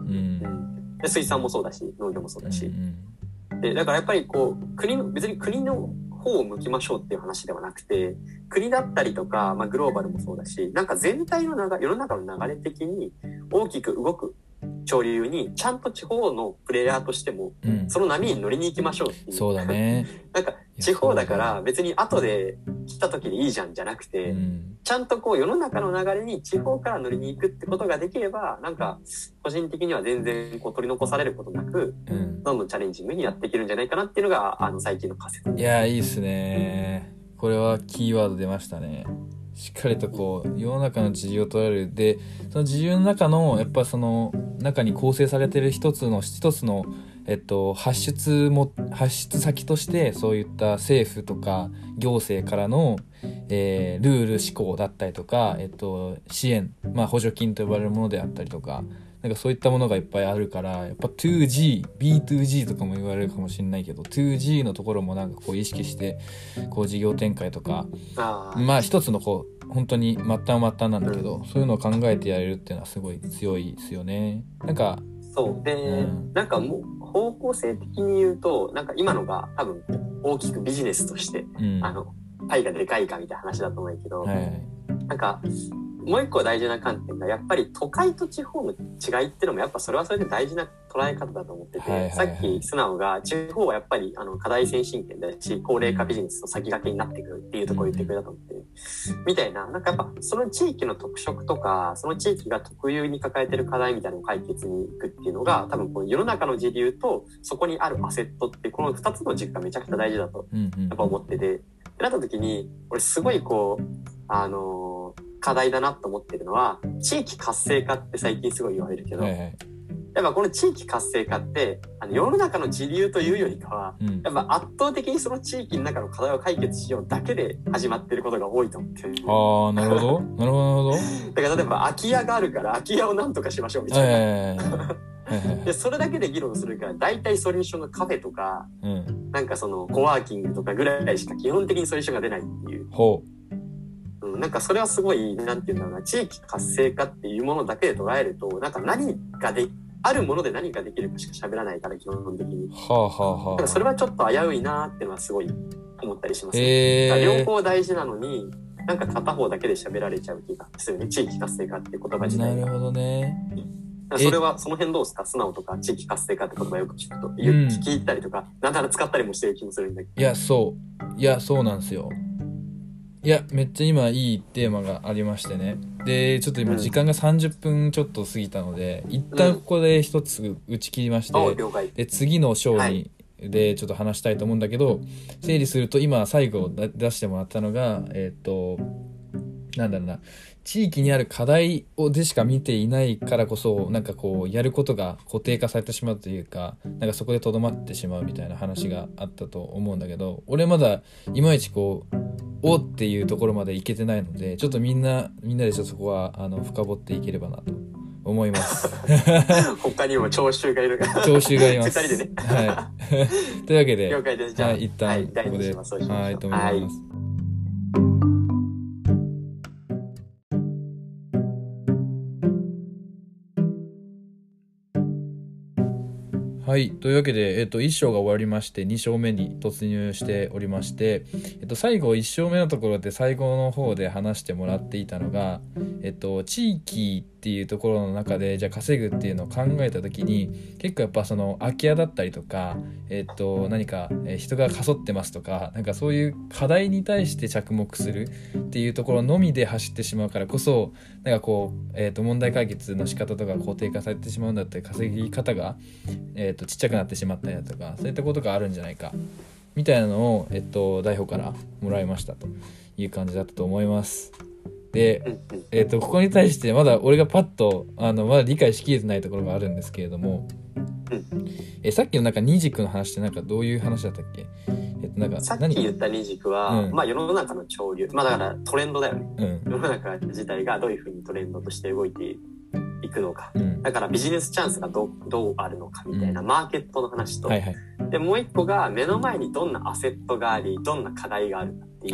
で、水産もそうだし、農業もそうだし。で、だからやっぱりこう別に国の方を向きましょうっていう話ではなくて、国だったりとか、まあグローバルもそうだし、なんか全体の世の中の流れ的に大きく動く潮流にちゃんと地方のプレイヤーとしても、その波に乗りに行きましょうっていう。 そうだね。 なんか地方だから別に後で来た時にいいじゃんじゃなくて、ちゃんとこう世の中の流れに地方から乗りに行くってことができれば、なんか個人的には全然こう取り残されることなく、どんどんチャレンジングにやっていけるんじゃないかなっていうのが最近の仮説。 いや、いいっすね。これはキーワード出ましたね。しっかりとこう世の中の自由を取られる。で、その自由の中のやっぱその中に構成されている一つの発出先としてそういった政府とか行政からの、ルール施行だったりとか、支援、まあ補助金と呼ばれるものであったりとか、なんかそういったものがいっぱいあるから、やっぱ 2G、B2G とかも言われるかもしれないけど、2G のところもなんかこう意識してこう事業展開とか、まあ一つのこう本当に末端は末端なんだけど、そういうのを考えてやれるっていうのはすごい強いですよね。なんかそうで、なんかもう方向性的に言うと、なんか今のが多分大きくビジネスとして、パイがでかいかみたいな話だと思うけど、なんかもう一個大事な観点がやっぱり都会と地方の違いっていうのもやっぱそれはそれで大事な捉え方だと思ってて、さっき素直が地方はやっぱり課題先進権だし高齢化ビジネスの先駆けになってくるっていうところを言ってくれたと思って、みたいな、なんかやっぱその地域の特色とかその地域が特有に抱えてる課題みたいなのを解決に行くっていうのが多分この世の中の時流とそこにあるアセットってこの2つの軸がめちゃくちゃ大事だとやっぱ思ってて、ってなった時に俺すごいこう課題だなと思ってるのは地域活性化って最近すごい言われるけど、やっぱこの地域活性化って世の中の時流というよりかは、やっぱ圧倒的にその地域の中の課題を解決しようだけで始まってることが多いと思ってる。 ああ、なるほどなるほど。 だから例えば空き家があるから空き家をなんとかしましょうみたいな。でそれだけで議論するから大体ソリューションがカフェとか、なんかそのコワーキングとかぐらいしか基本的にソリューションが出ないっていう。なんかそれはすごい、なんていうんだろうな、地域活性化っていうものだけで捉えると、なんかあるもので何ができるかしか喋らないから、基本的に。なんかそれはちょっと危ういなーっていうのはすごい思ったりしますね。両方大事なのに、なんか片方だけで喋られちゃう気がするね。地域活性化っていう言葉自体が。 なるほどね。 それは、その辺どうですか？素直とか地域活性化って言葉よく聞くと、聞いたりとか、なんなら使ったりもしてる気もするんだけど。 いや、そうなんですよ。いや、めっちゃ今いいテーマがありましてね。で、ちょっと今時間が30分ちょっと過ぎたので、一旦ここで一つ打ち切りまして、で、次の章に、でちょっと話したいと思うんだけど、整理すると今最後出してもらったのが、なんだろうな、地域にある課題でしか見ていないからこそ、なんかこうやることが固定化されてしまうというか、なんかそこでとどまってしまうみたいな話があったと思うんだけど、俺まだいまいちこうおっていうところまでいけてないので、ちょっとみんなでちょっとそこは深掘っていければなと思います他にも聴衆がいるから聴衆がいます 2人でねはいというわけで了解です。じゃあ、 一旦ここではいと思います。はい。というわけで、1章が終わりまして、2章目に突入しておりまして、最後、1章目のところで最後の方で話してもらっていたのが、地域っていうところの中で、じゃあ稼ぐっていうのを考えたときに、結構やっぱその空き家だったりとか、何か人が過疎ってますとか、なんかそういう課題に対して着目するっていうところのみで走ってしまうからこそ、なんかこう、問題解決の仕方とか固定化されてしまうんだったり、稼ぎ方が、ちっちゃくなってしまったりだとか、そういったことがあるんじゃないかみたいなのを、代表からもらいましたという感じだったと思います。で、ここに対してまだ俺がパッとまだ理解しきれてないところがあるんですけれども、さっきのなんか二軸の話ってなんかどういう話だったっけ？なんかさっき言った二軸は、まあ世の中の潮流、まあだからトレンドだよね。世の中自体がどういうふうにトレンドとして動いていくのか、だからビジネスチャンスがどうあるのかみたいなマーケットの話と、でもう一個が目の前にどんなアセットがありどんな課題があるかっていう、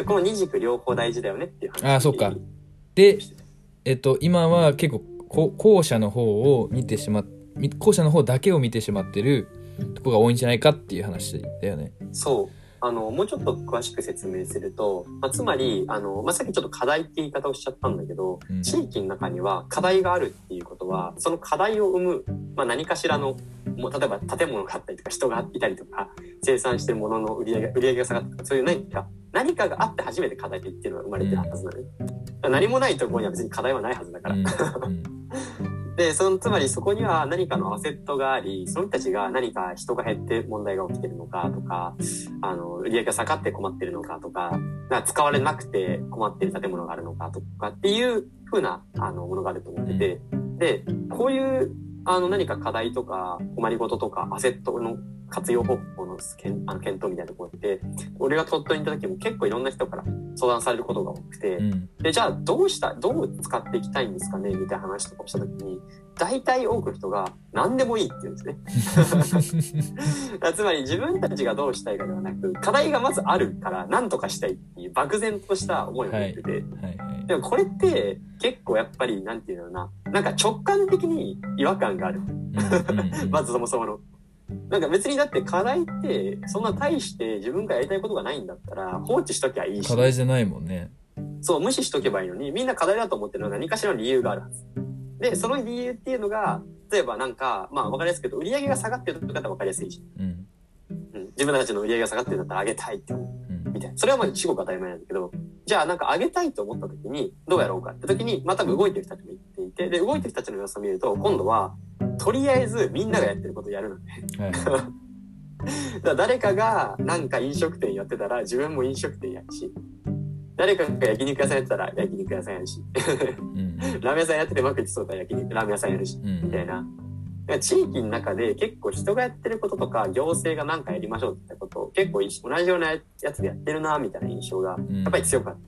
この二軸両方大事だよねっていう話。 そうか。で、今は結構後者の方を後者の方だけを見てしまってるとこが多いんじゃないかっていう話だよね。 そう。もうちょっと詳しく説明すると、つまり、さっきちょっと課題って言い方をしちゃったんだけど、地域の中には課題があるっていうことは、その課題を生む、何かしらの、もう例えば建物があったりとか、人がいたりとか、生産してるものの売り上げが下がったとか、そういう何かがあって初めて課題っていうのが生まれてるはずなのね。何もないところには別に課題はないはずだから。で、つまりそこには何かのアセットがあり、その人たちが何か人が減って問題が起きてるのかとか、売り上げが下がって困ってるのかとか、使われなくて困ってる建物があるのかとかっていう風な、ものがあると思ってて、で、こういう、何か課題とか困りごととかアセットの活用方法の検討みたいなところって、俺が鳥取に行った時も結構いろんな人から相談されることが多くて、で、じゃあどう使っていきたいんですかねみたいな話とかをした時に、大体多くの人が何でもいいって言うんですね。つまり自分たちがどうしたいかではなく、課題がまずあるから何とかしたいっていう漠然とした思いを持ってて、でもこれって結構やっぱりなんていうのかな、なんか直感的に違和感がある。まずそもそもの。なんか別にだって課題ってそんな大して自分がやりたいことがないんだったら放置しときゃいいし。 課題じゃないもんね。 そう、無視しとけばいいのに、みんな課題だと思ってるのは何かしらの理由があるはず。で、その理由っていうのが、例えばなんか、わかりやすいけど、売り上げが下がってるとかってわかりやすいし。自分たちの売り上げが下がってるんだったら上げたいって思う。みたいな。それはまあ至極当たり前なんだけど、じゃあなんか上げたいと思った時に、どうやろうかって時に、多分動いてる人たちも言っていて、で、動いてる人たちの様子を見ると、今度は、とりあえずみんながやってることをやるなんで。だから誰かがなんか飲食店やってたら自分も飲食店やるし、誰かが焼肉屋さんやってたら焼肉屋さんやるし、ラーメン屋さんやっててうまくいきそうだったらラーメン屋さんやるし、みたいな。地域の中で結構人がやってることとか行政が何かやりましょうってことを結構同じようなやつでやってるなみたいな印象がやっぱり強かった。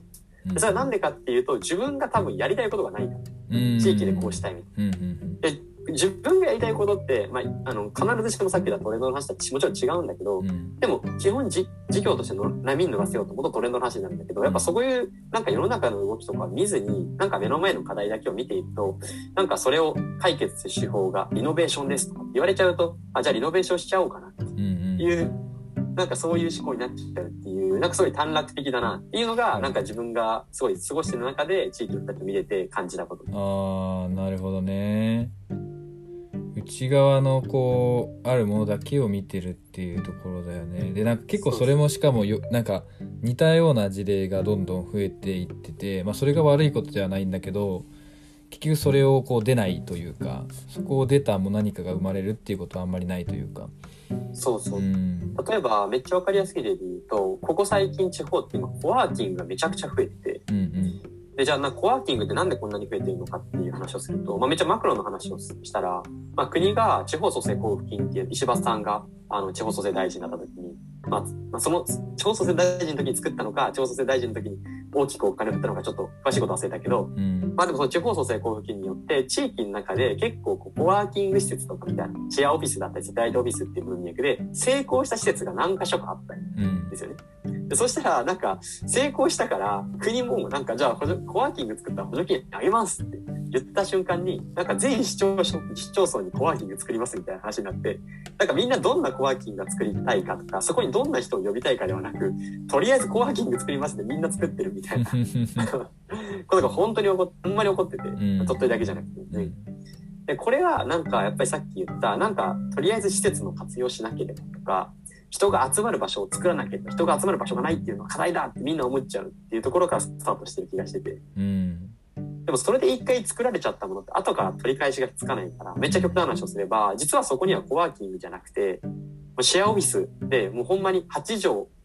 それはなんでかっていうと、自分が多分やりたいことがないから。地域でこうしたいみたいな。で、自分がやりたいことって、必ずしもさっきだとトレンドの話ともちろん違うんだけど、でも基本事業としての波に乗らせようと思うとトレンドの話になるんだけど、やっぱそういうなんか世の中の動きとか見ずに、なんか目の前の課題だけを見ていると、なんかそれを解決する手法がリノベーションですとか言われちゃうと、じゃあリノベーションしちゃおうかなっていう、なんかそういう思考になっちゃうっていう、なんかすごい短絡的だなっていうのが、なんか自分がすごい過ごしてる中で地域の人たちを見れて感じたこと。 なるほどね。内側のこうあるものだけを見てるっていうところだよね。で、なんか結構それもしかもなんか似たような事例がどんどん増えていってて、それが悪いことではないんだけど、結局それをこう出ないというか、そこを出たも何かが生まれるっていうことはあんまりないというか。 そうそう。例えばめっちゃわかりやすい例で言うと、ここ最近地方って今コワーキングがめちゃくちゃ増えてて、で、じゃあコワーキングってなんでこんなに増えてるのかっていう話をすると、めっちゃマクロの話をしたら、国が地方創生交付金っていう、石破さんが地方創生大臣になった時に、その地方創生大臣の時に作ったのか、地方創生大臣の時に大きくお金を振ったのかちょっと詳しいこと忘れたけど、でもその地方創生交付金によって地域の中で結構コワーキング施設とかみたいな、シェアオフィスだったりセテライトオフィスっていう文脈で成功した施設が何か所かあったんですよね。でそしたらなんか成功したから国もなんかじゃあコワーキング作ったら補助金あげますって言った瞬間に、なんか全市町村にコワーキング作りますみたいな話になって、なんかみんなどんなコワーキングが作りたいかとか、そこにどんな人を呼びたいかではなく、とりあえずコワーキング作りますってみんな作ってるみたいなことが本当にほんまに起こってて、鳥取だけじゃなくて、ね。で、これはなんかやっぱりさっき言った、なんかとりあえず施設の活用しなければとか、人が集まる場所を作らなければ、人が集まる場所がないっていうのは課題だってみんな思っちゃうっていうところからスタートしてる気がしてて。でもそれで一回作られちゃったものって後から取り返しがつかないから、めっちゃ極端な話をすれば、実はそこにはコワーキングじゃなくて、シェアオフィスでもうほんまに8畳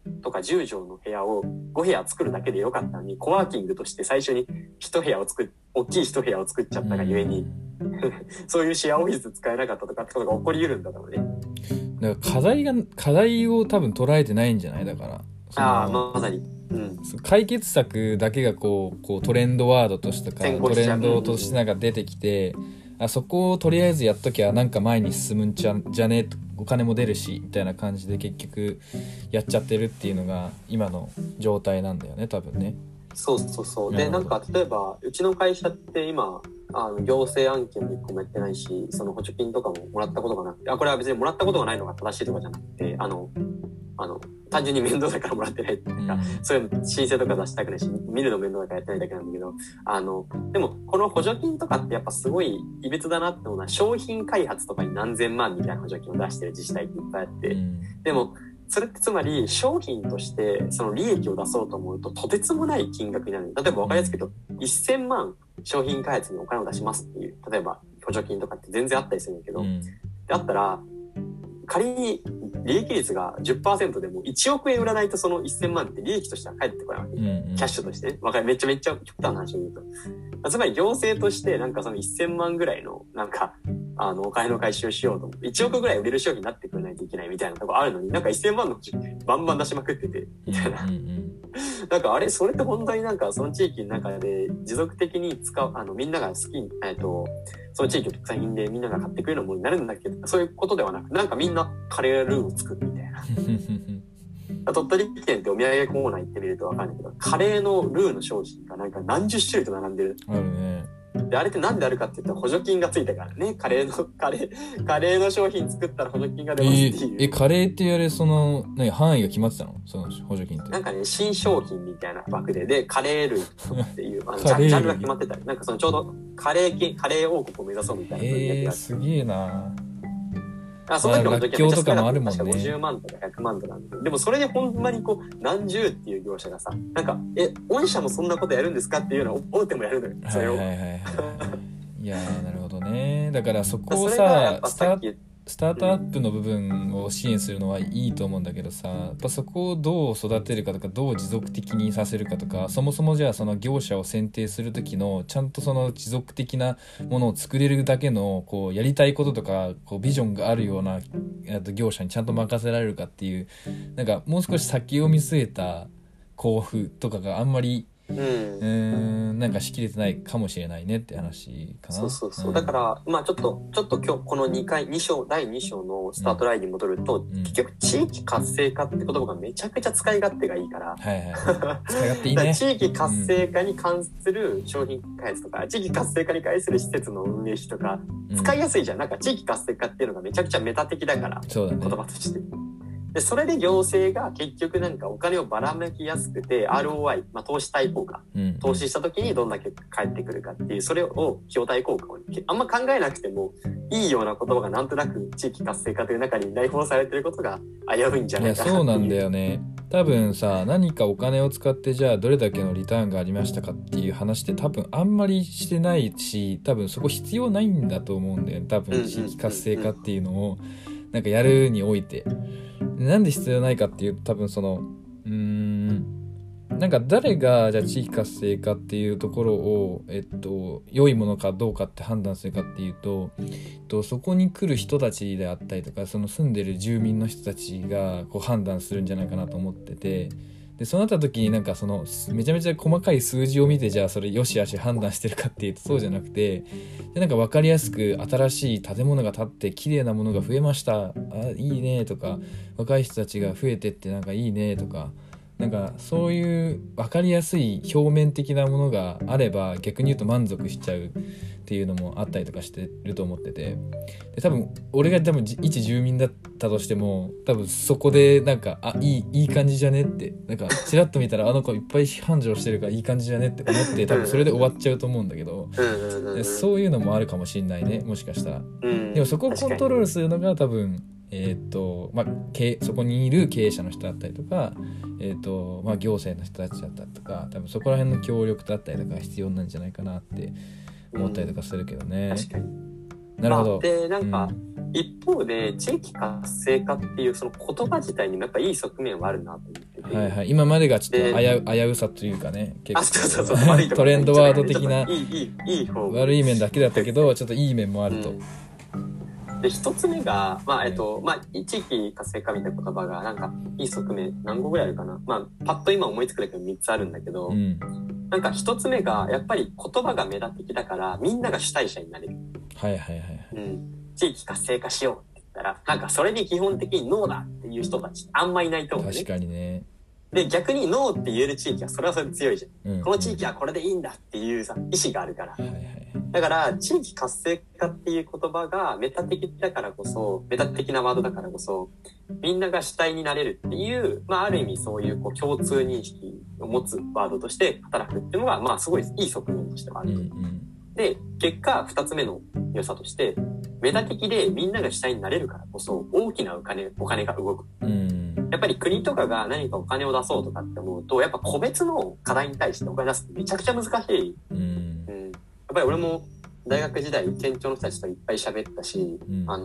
とか10畳の部屋を5部屋作るだけでよかったのに、コワーキングとして最初に大きい1部屋を作っちゃったがゆえに、そういうシェアオフィス使えなかったとかってことが起こり得るんだろうね。 だから課題を多分捉えてないんじゃない？だからまさに、 解決策だけがこうトレンドワードとしてトレンドとしてなんか出てきて、そこをとりあえずやっときゃなんか前に進むんじゃねえ、お金も出るしみたいな感じで結局やっちゃってるっていうのが今の状態なんだよね、多分ね。 そうで、なんか例えばうちの会社って今行政案件1個もやってないし、その補助金とかももらったことがなくて、これは別にもらったことがないのが正しいとかじゃなくて、単純に面倒だからもらってないっていうか、そういう申請とか出したくないし、見るの面倒だからやってないだけなんだけど、でもこの補助金とかってやっぱすごい異別だなって思うのは、商品開発とかに何千万みたいな補助金を出してる自治体っていっぱいあって、でもそれってつまり商品としてその利益を出そうと思うととてつもない金額になる。例えば分かりやすく言うと1000万商品開発にお金を出しますっていう、例えば補助金とかって全然あったりするんだけど、であったら仮に利益率が 10% でも1億円売らないとその1000万って利益としては返ってこないわけ。キャッシュとしてね。めっちゃ極端な話を言うと。つまり行政としてなんかその1000万ぐらいのなんかお金の回収をしようと思って1億ぐらい売れる商品になってくれないといけないみたいなとこあるのに、なんか1000万のバンバン出しまくっててみたいな。なんかそれって本当になんかその地域の中で持続的にみんなが好きにその地域の特産品でみんなが買ってくれるものになるんだけど、そういうことではなく、なんかみんなカレールーを作るみたいな。鳥取県ってお土産コーナー行ってみるとわかるんだけど、カレーのルーの商品がなんか何十種類と並んでる。 あるね。 で、あれってなんであるかって言ったら補助金がついたからね。カレーの商品作ったら補助金が出ますっていう。 カレーってやれ、範囲が決まってたの？その補助金って。 なんかね、新商品みたいな枠で、カレー類っていう、ジャンルが決まってたり、なんかそのちょうどカレー王国を目指そうみたいなやつが。 すげえな。 その時の補助金はめっちゃ少なかった。 確か 50万とか100万とかなんで。でもそれでほんまに何十っていう業者がさ、なんか、御社もそんなことやるんですかっていうのを大手もやるのよ、それを。 いやー、なるほどね。だからそこをさ、スタートアップの部分を支援するのはいいと思うんだけどさ、やっぱそこをどう育てるかとか、どう持続的にさせるかとか、そもそもじゃあその業者を選定する時のちゃんとその持続的なものを作れるだけのやりたいこととかビジョンがあるような業者にちゃんと任せられるかっていう、なんかもう少し先を見据えた交付とかがあんまりなんかしきれてないかもしれないねって話かな。 そう、だからちょっと今日この第2章のスタートラインに戻ると、結局地域活性化って言葉がめちゃくちゃ使い勝手がいいから、 使い勝手いいね。 地域活性化に関する商品開発とか、地域活性化に関する施設の運営費とか、使いやすいじゃん。なんか地域活性化っていうのがめちゃくちゃメタ的だから、 そうだね、 言葉として。で、それで行政が結局なんかお金をばらまきやすくて ROI、投資対効果、投資した時にどんだけ返ってくるかっていう、それを費用対効果をあんま考えなくてもいいような言葉がなんとなく地域活性化という中に内包されてることが危ういんじゃないかなっていう。 そうなんだよね。多分さ、何かお金を使ってじゃあどれだけのリターンがありましたかっていう話って多分あんまりしてないし、多分そこ必要ないんだと思うんだよね。多分地域活性化っていうのをなんかやるにおいて。なんで必要ないかっていうと、多分なんか誰がじゃあ地域活性化っていうところを良いものかどうかって判断するかっていうと、そこに来る人たちであったりとか、その住んでる住民の人たちが判断するんじゃないかなと思ってて、でそうなった時になんかめちゃめちゃ細かい数字を見てじゃあそれよしあし判断してるかっていうとそうじゃなくて、でなんか分かりやすく新しい建物が建って綺麗なものが増えました、いいねとか、若い人たちが増えてってなんかいいねとか、なんかそういう分かりやすい表面的なものがあれば逆に言うと満足しちゃうっていうのもあったりとかしてると思ってて、で多分俺が一住民だったとしても多分そこでなんかいい感じじゃねって、なんかチラッと見たら子いっぱい繁盛してるからいい感じじゃねって思って多分それで終わっちゃうと思うんだけど、そういうのもあるかもしんないね、もしかしたら。でもそこをコントロールするのが多分そこにいる経営者の人だったりとか、行政の人たちだったりとか、多分そこら辺の協力だったりとか必要なんじゃないかなって思ったりとかするけどね。 確かに。 なるほど。 でなんか、一方で地域活性化っていうその言葉自体にもやっぱいい側面はあるなと思ってっていう、 はいはい、今までがちょっと危うさというかね、 結構悪いとこトレンドワード的ないい方悪い面だけだったけどちょっといい面もあると、 で一つ目が、地域活性化みたいな言葉がなんかいい側面何個ぐらいあるかな、パッと今思いつくだけど3つあるんだけど、なんか一つ目がやっぱり言葉がメタ的だからみんなが主体者になれる。 はいはいはい、 地域活性化しようって言ったらなんかそれに基本的にノーだっていう人たちあんまいないと思うね。 確かにね。 で逆にノーって言える地域はそれはそれで強いじゃん、この地域はこれでいいんだっていうさ意思があるから、だから地域活性化っていう言葉がメタ的だからこそ、メタ的なワードだからこそみんなが主体になれるっていう、ある意味そういう共通認識を持つワードとして働くっていうのがすごいいい側面としてはあると、で結果2つ目の良さとしてメタ的でみんなが主体になれるからこそ大きなお金が動く、やっぱり国とかが何かお金を出そうとかって思うとやっぱ個別の課題に対してお金出すってめちゃくちゃ難しい、やっぱり俺も大学時代県庁の人たちといっぱい喋ったし、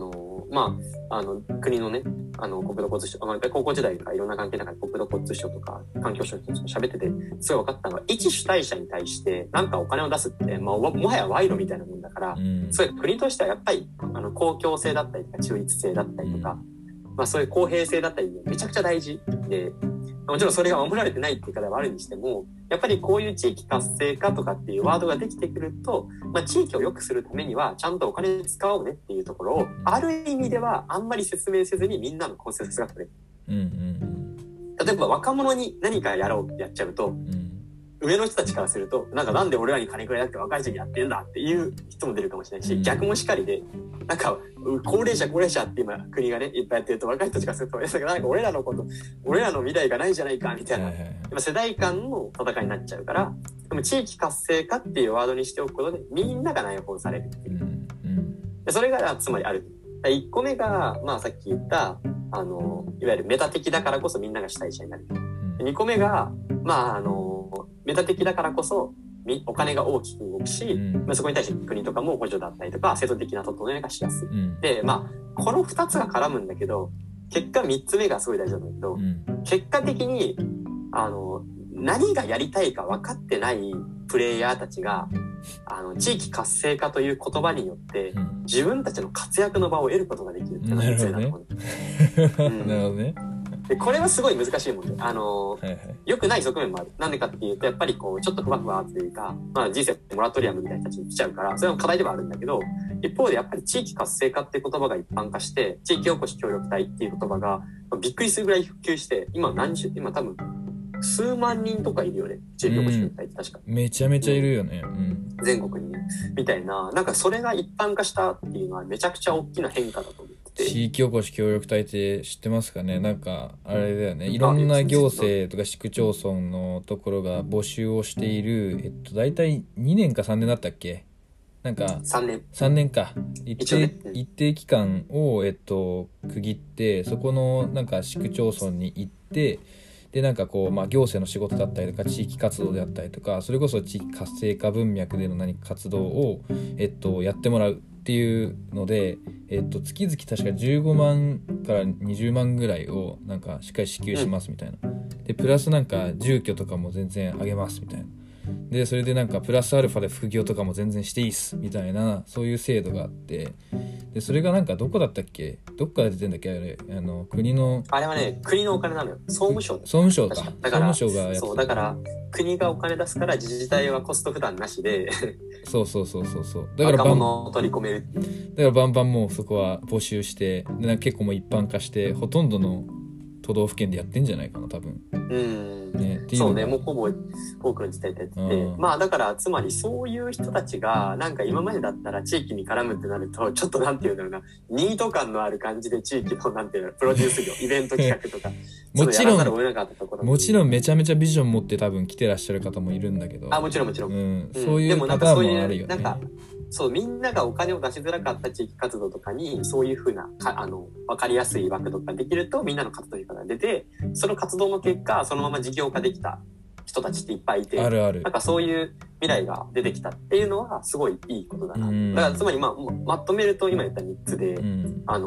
国のね国土交通省、高校時代からいろんな関係の中で国土交通省とか環境省の人たちと喋っててすごい分かったのは一主体者に対してなんかお金を出すって、もはや賄賂みたいなもんだから、そういう国としてはやっぱり公共性だったりとか中立性だったりとか、そういう公平性だったりめちゃくちゃ大事で、もちろんそれが守られてないっていう方はあるにしてもやっぱりこういう地域活性化とかっていうワードができてくると、地域を良くするためにはちゃんとお金使おうねっていうところをある意味ではあんまり説明せずにみんなのコンセンサスが取れる、例えば若者に何かやろうってやっちゃうと、上の人たちからするとなんで俺らに金くらいだって若い人にやってんだっていう人も出るかもしれないし、逆もしかりで高齢者って今国がねいっぱいやってると若い人たちからすると俺らの未来がないじゃないかみたいな、今世代間の戦いになっちゃうから、でも地域活性化っていうワードにしておくことでみんなが内包されるっていう、でそれがつまりある。1個目がさっき言ったいわゆるメタ的だからこそみんなが主体者になる。2個目がメタ的だからこそお金が大きく動くし、そこに対して国とかも補助だったりとか制度的な整えがしやすい、でこの2つが絡むんだけど結果3つ目がすごい大事なんだけど、結果的に何がやりたいか分かってないプレイヤーたちが地域活性化という言葉によって自分たちの活躍の場を得ることができるっていうのが3つ目だと思う。 なるほどね。 でこれはすごい難しいもんで、良くない側面もある。なんでかっていうとやっぱりちょっとふわふわというか、人生モラトリアムみたいな人たちに来ちゃうからそれは課題ではあるんだけど、一方でやっぱり地域活性化っていう言葉が一般化して地域おこし協力隊っていう言葉がびっくりするぐらい普及して今多分数万人とかいるよね、地域おこし協力隊って確か、 めちゃめちゃいるよね、 全国にねみたいな、それが一般化したっていうのはめちゃくちゃ大きな変化だと思う。 地域おこし協力隊って知ってますかね。あれだよね、いろんな行政とか市区町村のところが募集をしている、だいたい2年か3年だったっけ、3年か一定期間を区切ってそこの市区町村に行って、で行政の仕事だったりとか地域活動であったりとか、それこそ地域活性化文脈での何か活動をやってもらうっていうので、月々確か15万から20万ぐらいをしっかり支給しますみたいな、でプラス住居とかも全然あげますみたいな、でそれでプラスアルファで副業とかも全然していいっすみたいな、そういう制度があって、でそれがどこだったっけ、どっから出てんだっけ、あれ国のあれはね国のお金なのよ、総務省か、総務省がやって、 そうだから国がお金出すから自治体はコスト負担なしでそうだから若者を取り込める、 だからバンバンもうそこは募集して、で結構もう一般化してほとんどの都道府県でやってんじゃないかな多分。 そうね、もうほぼ多くの自治体でやってて、だからつまりそういう人たちが今までだったら地域に絡むってなるとちょっとニート感のある感じで地域のプロデュース業イベント企画とかもちろんめちゃめちゃビジョン持って多分来てらっしゃる方もいるんだけど、 もちろん、 そういうパターンもあるよね。 そうみんながお金を出しづらかった地域活動とかにそういう風な分かりやすい枠とかできるとみんなの活動費が出て、その活動の結果そのまま事業化できた人たちっていっぱいいて、そういう未来が出てきたっていうのはすごいいいことだな、だからつまりまとめると今言った3つで、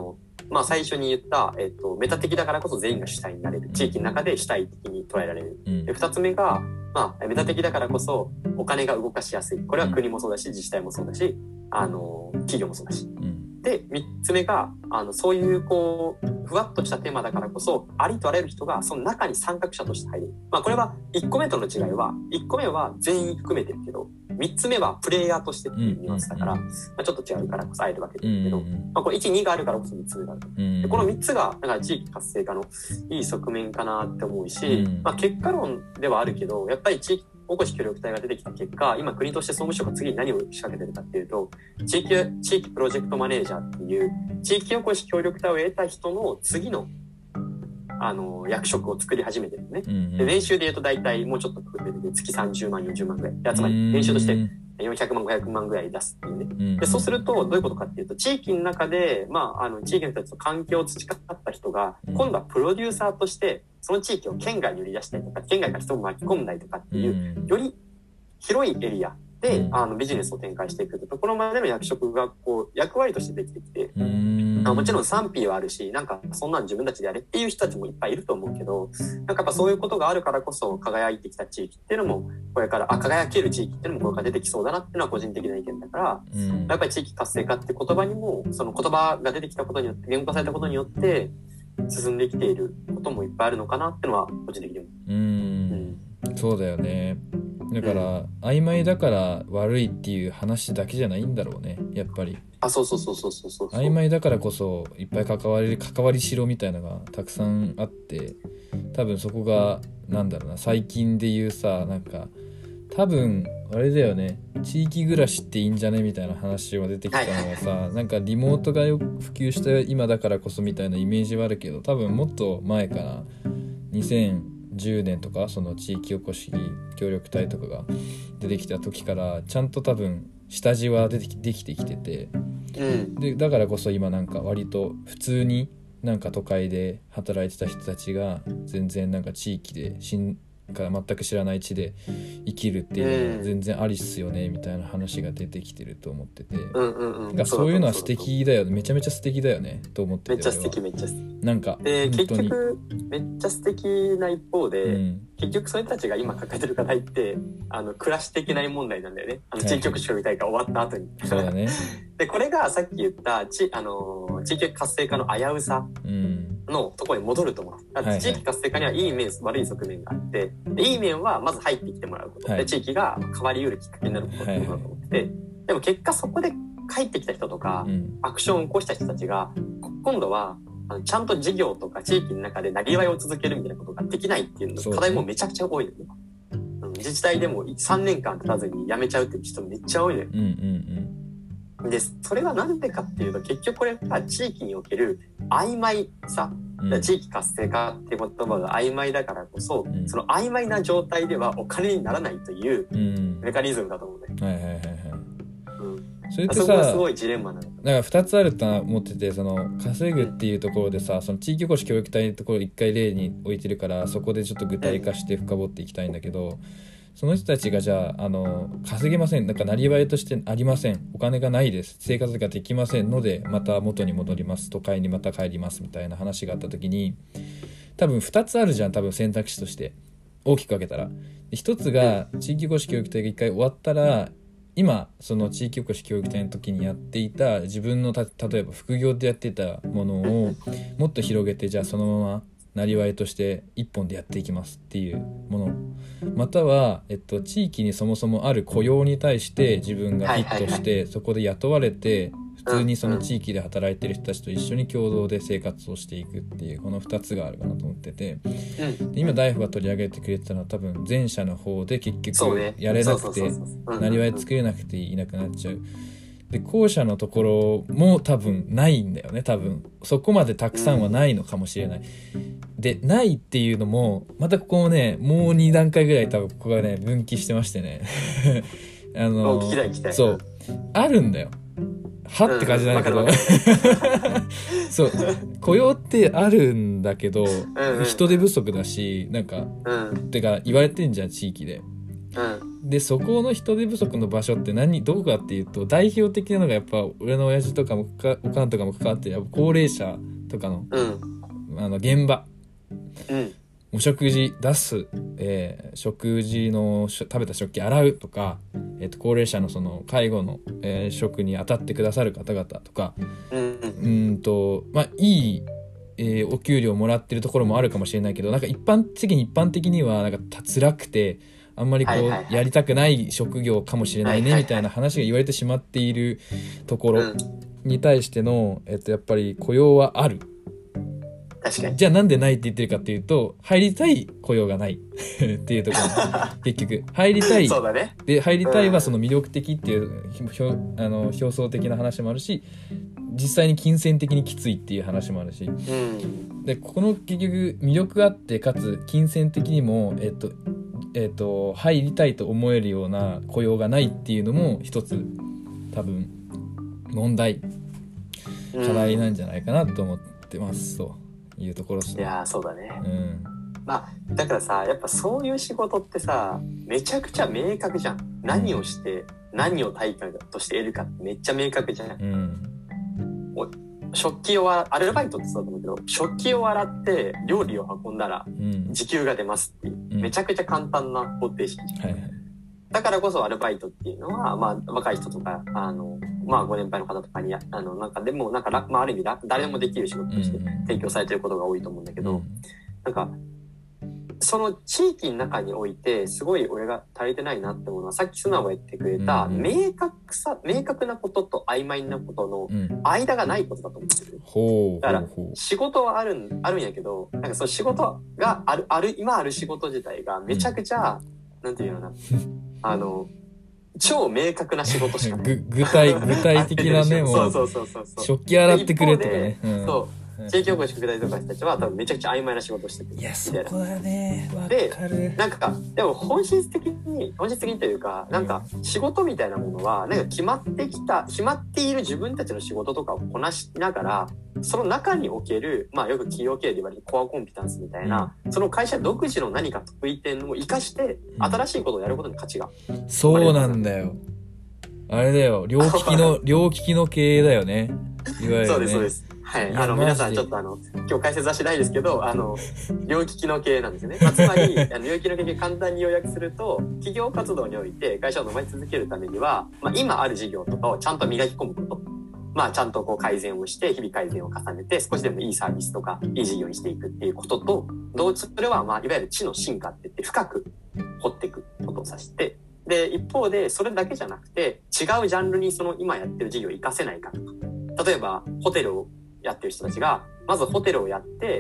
まあ最初に言った、メタ的だからこそ全員が主体になれる。地域の中で主体的に捉えられる。で、2つ目が、まあ、メタ的だからこそお金が動かしやすい。これは国もそうだし、自治体もそうだし、企業もそうだし。で、3つ目が、そういうこう、ふわっとしたテーマだからこそ、ありとあらゆる人がその中に参画者として入れる。まあこれは1個目との違いは、1個目は全員含めてるけど、3つ目はプレイヤーとしてっていうニュアンスだから、まあ、ちょっと違うからこそ会えるわけですけど、まあこれ1、2があるからこそ3つ目がある。でこの3つが、だから地域活性化のいい側面かなって思うし、まあ結果論ではあるけど、やっぱり地域おこし協力隊が出てきた結果、今国として総務省が次に何を仕掛けてるかっていうと、地域プロジェクトマネージャーっていう、地域おこし協力隊を得た人の次の、役職を作り始めてるね。で、年収で言うと大体もうちょっと増えてて、月30万、40万ぐらい。つまり、年収として400万、500万ぐらい出すっていうね。で、そうすると、どういうことかっていうと、地域の中で、まあ、地域の人たちと環境を培った人が、今度はプロデューサーとして、その地域を県外に売り出したりとか、県外から人を巻き込んだりとかっていう、より広いエリアで、ビジネスを展開していくところまでの役職が、こう、役割としてできてきて、もちろん賛否はあるし、なんか、そんなん自分たちでやれっていう人たちもいっぱいいると思うけど、なんかやっぱそういうことがあるからこそ輝いてきた地域っていうのも、これから、輝ける地域っていうのもこれから出てきそうだなっていうのは個人的な意見だから、やっぱり地域活性化って言葉にも、その言葉が出てきたことによって、言語化されたことによって、進んできていることもいっぱいあるのかなっていうのは個人的に思う。 そうだよね。だから、曖昧だから悪いっていう話だけじゃないんだろうね、やっぱり。 そう。 曖昧だからこそいっぱい関わりしろみたいなのがたくさんあって、多分そこがなんだろうな、最近で言うさ、なんか多分あれだよね、地域暮らしっていいんじゃねみたいな話が出てきたのはさ、なんかリモートが普及した今だからこそみたいなイメージはあるけど、多分もっと前から2010年とか、その地域おこし協力隊とかが出てきた時からちゃんと多分下地はできてきてて、でだからこそ今なんか割と普通になんか都会で働いてた人たちが全然なんか地域で全く知らない地で生きるっていうのは全然ありっすよねみたいな話が出てきてると思ってて、そういうのは素敵だよね、めちゃめちゃ素敵だよねと思ってて、 めっちゃ素敵なんか結局めっちゃ素敵な一方で、結局そういう人たちが今抱えてる課題って暮らし的な問題なんだよね。地域おこし協力隊が終わった後に。そうだね。でこれがさっき言った地域活性化の危うさのところに戻ると思う。地域活性化にはいい面、悪い側面があって、いい面はまず入ってきてもらうこと、で地域が変わりうるきっかけになることってことだと思ってて、でも結果そこで帰ってきた人とか、アクションを起こした人たちが今度はちゃんと事業とか地域の中でなりわいを続けるみたいなことができないっていうの課題もめちゃくちゃ多いのよ、自治体でも3年間経たずに辞めちゃうっていう人めっちゃ多いのよ。でそれはなんでかっていうと、結局これは地域における曖昧さ、地域活性化っていう言葉が曖昧だからこそ、その曖昧な状態ではお金にならないというメカニズムだと思うね。それってさ、すごいジレンマなの。だから2つあると思ってて、その稼ぐっていうところでさ、その地域おこし協力隊のところを一回例に置いてるから、そこでちょっと具体化して深掘っていきたいんだけど、その人たちがじゃあ稼げません、なんかなりわいとしてありません、お金がないです、生活ができませんのでまた元に戻ります、都会にまた帰りますみたいな話があった時に、多分2つあるじゃん、多分選択肢として大きく分けたら。1つが地域おこし協力隊が一回終わったら、今その地域おこし協力隊の時にやっていた自分の例えば副業でやっていたものをもっと広げて、じゃあそのままなりわいとして一本でやっていきますっていうもの、または、地域にそもそもある雇用に対して自分がフィットして、そこで雇われて普通にその地域で働いてる人たちと一緒に共同で生活をしていくっていう、この2つがあるかなと思ってて、で今大夫が取り上げてくれてたのは多分前者の方で結局やれなくてなりわい作れなくていなくなっちゃう。で後者のところも多分ないんだよね、多分そこまでたくさんはないのかもしれない、でないっていうのもまたここもね、もう2段階ぐらい多分ここがね分岐してましてね聞きたいそうあるんだよ、はって感じなんだけどそう雇用ってあるんだけど、人手不足だし、なんか、てか言われてんじゃん地域で、でそこの人手不足の場所ってどこかっていうと、代表的なのがやっぱ俺の親父とかもおかんとかも関わってる高齢者とかの、 うん、 現場、 うん、 お食事出す、食事の食べた食器洗うとか、高齢者のその介護の、職に当たってくださる方々とか、まあいい、お給料もらってるところもあるかもしれないけど、なんか一般的にはなんか辛くてあんまりこうやりたくない職業かもしれないねみたいな話が言われてしまっているところに対しての、やっぱり雇用はある。 確かに。 じゃあなんでないって言ってるかっていうと、入りたい雇用がないっていうところ結局入りたいそうだね。 で、入りたいはその魅力的っていう表層的な話もあるし、実際に金銭的にきついっていう話もあるし、でこの結局魅力があってかつ金銭的にも入りたいと思えるような雇用がないっていうのも一つ多分問題課題なんじゃないかなと思ってますというところですね。 いやそうだね、まあだからさ、やっぱそういう仕事ってさめちゃくちゃ明確じゃん。何をして何を対価として得るかってめっちゃ明確じゃん、食器をアルバイトってそうだと思うけど、食器を洗って料理を運んだら時給が出ますっていう、めちゃくちゃ簡単な方程式じゃん、だからこそアルバイトっていうのは、まあ、若い人とかまあ、ご年配の方とかになんかでもなんか、まあ、ある意味誰でもできる仕事として提供されてることが多いと思うんだけど、なんかその地域の中においてすごい俺が足りてないなって思うのは、さっき素直が言ってくれた、明確なことと曖昧なことの間がないことだと思ってる、だから仕事はあるんやけど、なんかその仕事が今ある仕事自体がめちゃくちゃ、なんていうのかな超明確な仕事しかない具体的なねもう食器洗ってくれとかね、 地域おこし副大とか人たちは多分めちゃくちゃ曖昧な仕事をしてる。 いやそこだね。わかる。 でなんかでも本質的にというか、なんか仕事みたいなものはなんか決まっている自分たちの仕事とかをこなしながら、その中におけるまあよく企業経営で言われるコアコンピタンスみたいな、その会社独自の何か得意点を生かして新しいことをやることに価値が、 そうなんだよ。あれだよ、両利きの経営だよね。いわゆるね。 そうです。はい。皆さんちょっと今日解説はしないですけど、両利きの経営なんですよね。まあ、つまり、両利きの経営簡単に要約すると、企業活動において会社を伸ばし続けるためには、まあ、今ある事業とかをちゃんと磨き込むこと。まあ、ちゃんとこう改善をして、日々改善を重ねて、少しでもいいサービスとか、いい事業にしていくっていうことと、それはまあ、いわゆる知の進化って言って、深く掘っていくことを指して、で、一方で、それだけじゃなくて、違うジャンルにその今やってる事業を活かせないかとか。例えば、ホテルをやってる人たちが、まずホテルをやって、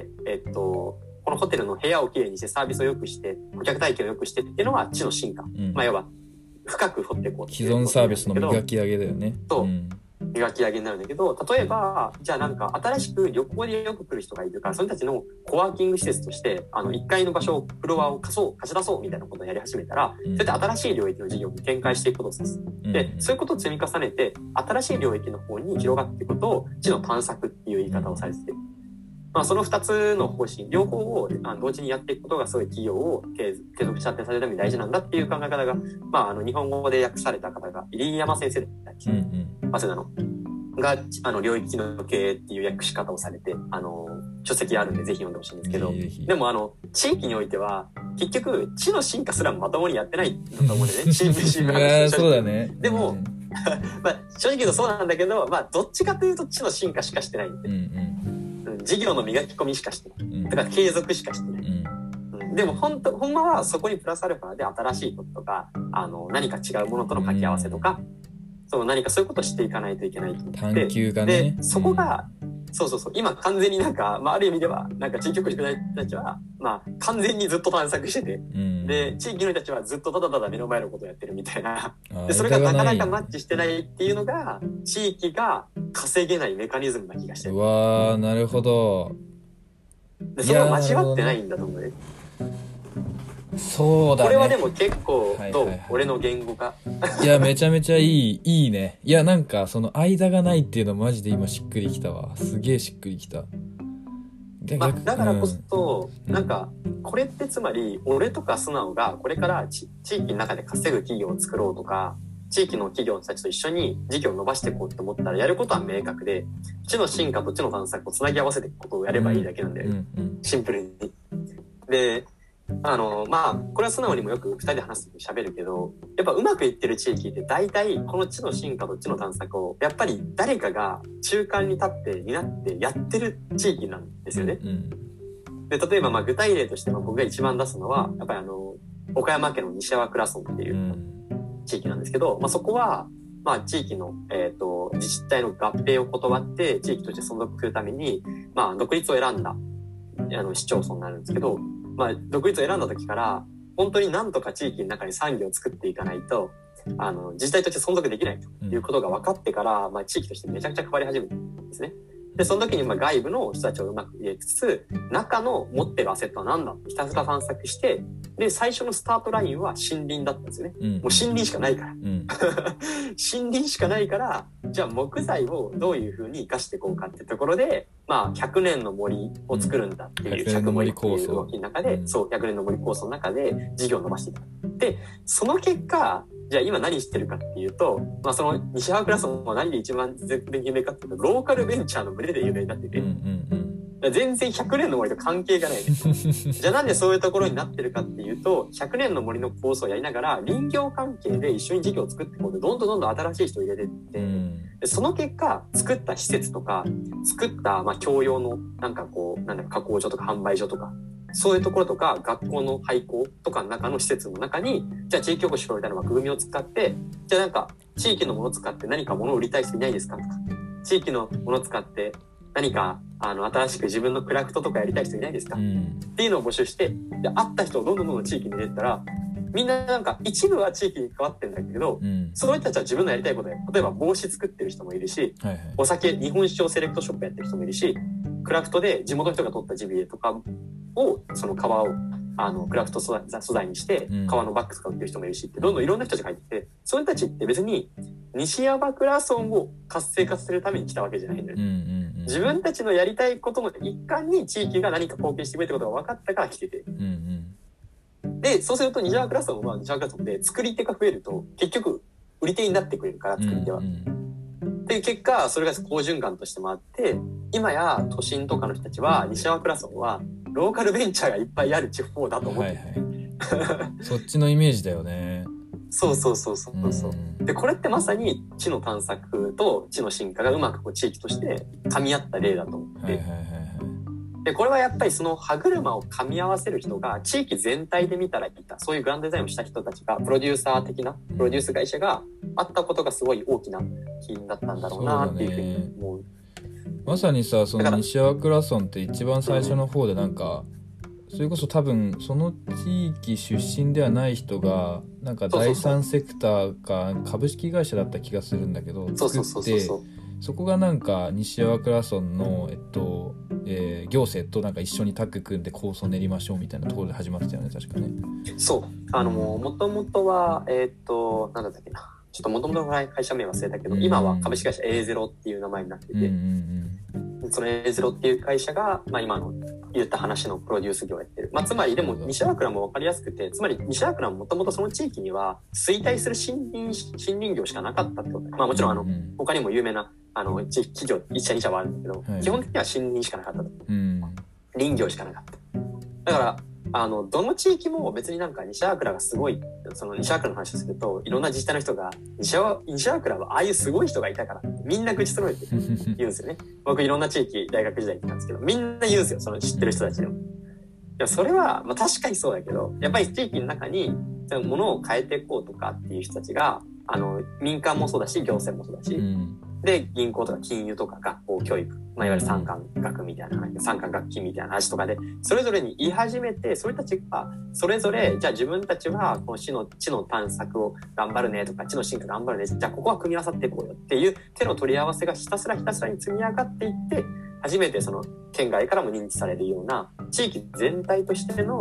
このホテルの部屋をきれいにしてサービスを良くして、顧客体験を良くしてっていうのは知の進化。まあ、要は、深く掘っていこう。 既存サービスの磨き上げだよね。 磨き上げになるんだけど、例えば、じゃあなんか新しく旅行でよく来る人がいるから、その人たちのコワーキング施設として、1階の場所を、フロアを貸し出そうみたいなことをやり始めたら、それって新しい領域の事業に展開していくことを指す。で、そういうことを積み重ねて、新しい領域の方に広がっていくことを、知の探索っていう言い方をされてて、まあその2つの方針、両方を同時にやっていくことがすごい企業を継続して発展させるために大事なんだっていう考え方が、まあ日本語で訳された方が、入山先生だったんですね。早稲田の。が、領域の経営っていう訳し方をされて、書籍あるんでぜひ読んでほしいんですけど、でも地域においては、結局、知の進化すらまともにやってないんだと思うんでね、チームそうだね。 でも、まあ、正直言うとそうなんだけど、まあ、どっちかというと知の進化しかしてないんで、事業の磨き込みしかしてない。だから継続しかしてない。でもほんまはそこにプラスアルファで新しいこととか、何か違うものとの掛け合わせとか、何かそういうことをしていかないといけないと思って。 探求がね。 で、そこが、今完全になんか、まあある意味では、なんか地域おこしの人たちは、まあ完全にずっと探索してて、で、地域の人たちはずっとただただ目の前のことをやってるみたいな。で、それがなかなかマッチしてないっていうのが、地域が稼げないメカニズムな気がしてる。 うわー、なるほど。 で、それは間違ってないんだと思うね。 そうだね。 これはでも結構どう、俺の言語化。 いやめちゃめちゃいいね。いやなんかその間がないっていうのマジで今しっくりきたわ。すげえしっくりきた。 だからこそ、なんかこれってつまり俺とか素直がこれから地域の中で稼ぐ企業を作ろうとか、 地域の企業の人たちと一緒に事業を伸ばしていこうと思ったら、やることは明確で、地の進化と地の探索をつなぎ合わせていくことをやればいいだけなんだよ、シンプルに。で、これは素直にもよく2人で話すとき喋るけど、やっぱうまくいってる地域って大体この地の進化と地の探索をやっぱり誰かが中間に立って担ってやってる地域なんですよね。で、例えば具体例として僕が一番出すのは、やっぱり岡山県の西粟倉村っていう地域なんですけど、そこは地域の、自治体の合併を断って地域として存続するために、独立を選んだ市町村になるんですけど、独立を選んだ時から本当になんとか地域の中に産業を作っていかないと自治体として存続できないということが分かってから、地域としてめちゃくちゃ変わり始めたんですね。でその時に外部の人たちをうまく入れつつ、中の持ってるアセットは何だってひたすら探索して、で最初のスタートラインは森林だったんですよね。もう森林しかないから、森林しかないから、じゃあ木材をどういう風に生かしていこうかってところで、100年の森を作るんだっていう100森っていう動きの中で、そう100年の森構想の中で事業を伸ばしていた。でその結果、じゃあ今何してるかっていうと、その西粟倉村は何で一番全然有名かっていうと、ローカルベンチャーの群れで有名になってて、全然100年の森と関係がないね。じゃあなんでそういうところになってるかっていうと、100年の森の構想をやりながら林業関係で一緒に事業を作っていこうと、どんどん新しい人を入れていって、でその結果作った施設とか作った共用の加工所とか販売所とか、そういうところとか学校の廃校とかの中の施設の中に、じゃあ地域おこしみたいな枠組みを使って、じゃあ地域のものを使って何か物を売りたい人いないですかとか、地域のものを使って何か新しく自分のクラフトとかやりたい人いないですか、っていうのを募集して、で会った人をどんどん地域に入れたら、みんな一部は地域に関わってるんだけど、その人たちは自分のやりたいことで、例えば帽子作ってる人もいるし、お酒日本酒をセレクトショップやってる人もいるし、クラフトで地元の人が取ったジビエとかを、その皮をクラフト素材にして革のバッグとか売ってる人もいるしって、どんどんいろんな人たちが入ってて、その人たちって別に西粟倉村を活性化するために来たわけじゃないんだよ、自分たちのやりたいことの一環に地域が何か貢献してくれることが分かったから来てて、でそうすると西粟倉村は西粟倉村で作り手が増えると結局売り手になってくれるから、作り手は、で結果それが好循環としてもあって、今や都心とかの人たちは西粟倉村はローカルベンチャーがいっぱいある地方だと思って、 そっちのイメージだよね。 そう。でこれってまさに地の探索と地の進化がうまく地域として噛み合った例だと思って、でこれはやっぱりその歯車を噛み合わせる人が地域全体で見たらいた、そういうグランドデザインをした人たちが、プロデューサー的なプロデュース会社があったことがすごい大きな起因だったんだろうなっていうふうに思う。 まさにさ、その西粟倉村って一番最初の方でそれこそ多分その地域出身ではない人が第三セクターか株式会社だった気がするんだけど、作って、そこが西粟倉村の行政と一緒にタッグ組んで構想練りましょうみたいなところで始まってたよね、確かね。 そう、もともとはなんだったっけな、ちょっともともとの会社名忘れたけど、今は株式会社 A0 っていう名前になってて、その A0 っていう会社が、今の言った話のプロデュース業をやってる。つまりでも西粟倉も分かりやすくて、つまり西粟倉ももともとその地域には衰退する森林業しかなかったってこと。もちろん他にも有名な企業一社二社はあるんだけど、基本的には森林しかなかったと。林業しかなかった。だからどの地域も別に西粟倉がすごい、その西粟倉の話をすると、いろんな自治体の人が西粟倉はああいうすごい人がいたからみんな口揃えて言うんですよね。僕いろんな地域大学時代行ったんですけど、みんな言うんですよ、その知ってる人たちでも。いやそれは確かにそうだけど、やっぱり地域の中に物を変えていこうとかっていう人たちが民間もそうだし行政もそうだし、で銀行とか金融とか学校教育、いわゆる産官学みたいな話、産官学金みたいな話とかでそれぞれに言い始めて、それたちがそれぞれじゃあ自分たちはこの地の探索を頑張るねとか、地の進化頑張るね、じゃあここは組み合わさっていこうよっていう手の取り合わせがひたすらに積み上がっていって、初めてその県外からも認知されるような地域全体としての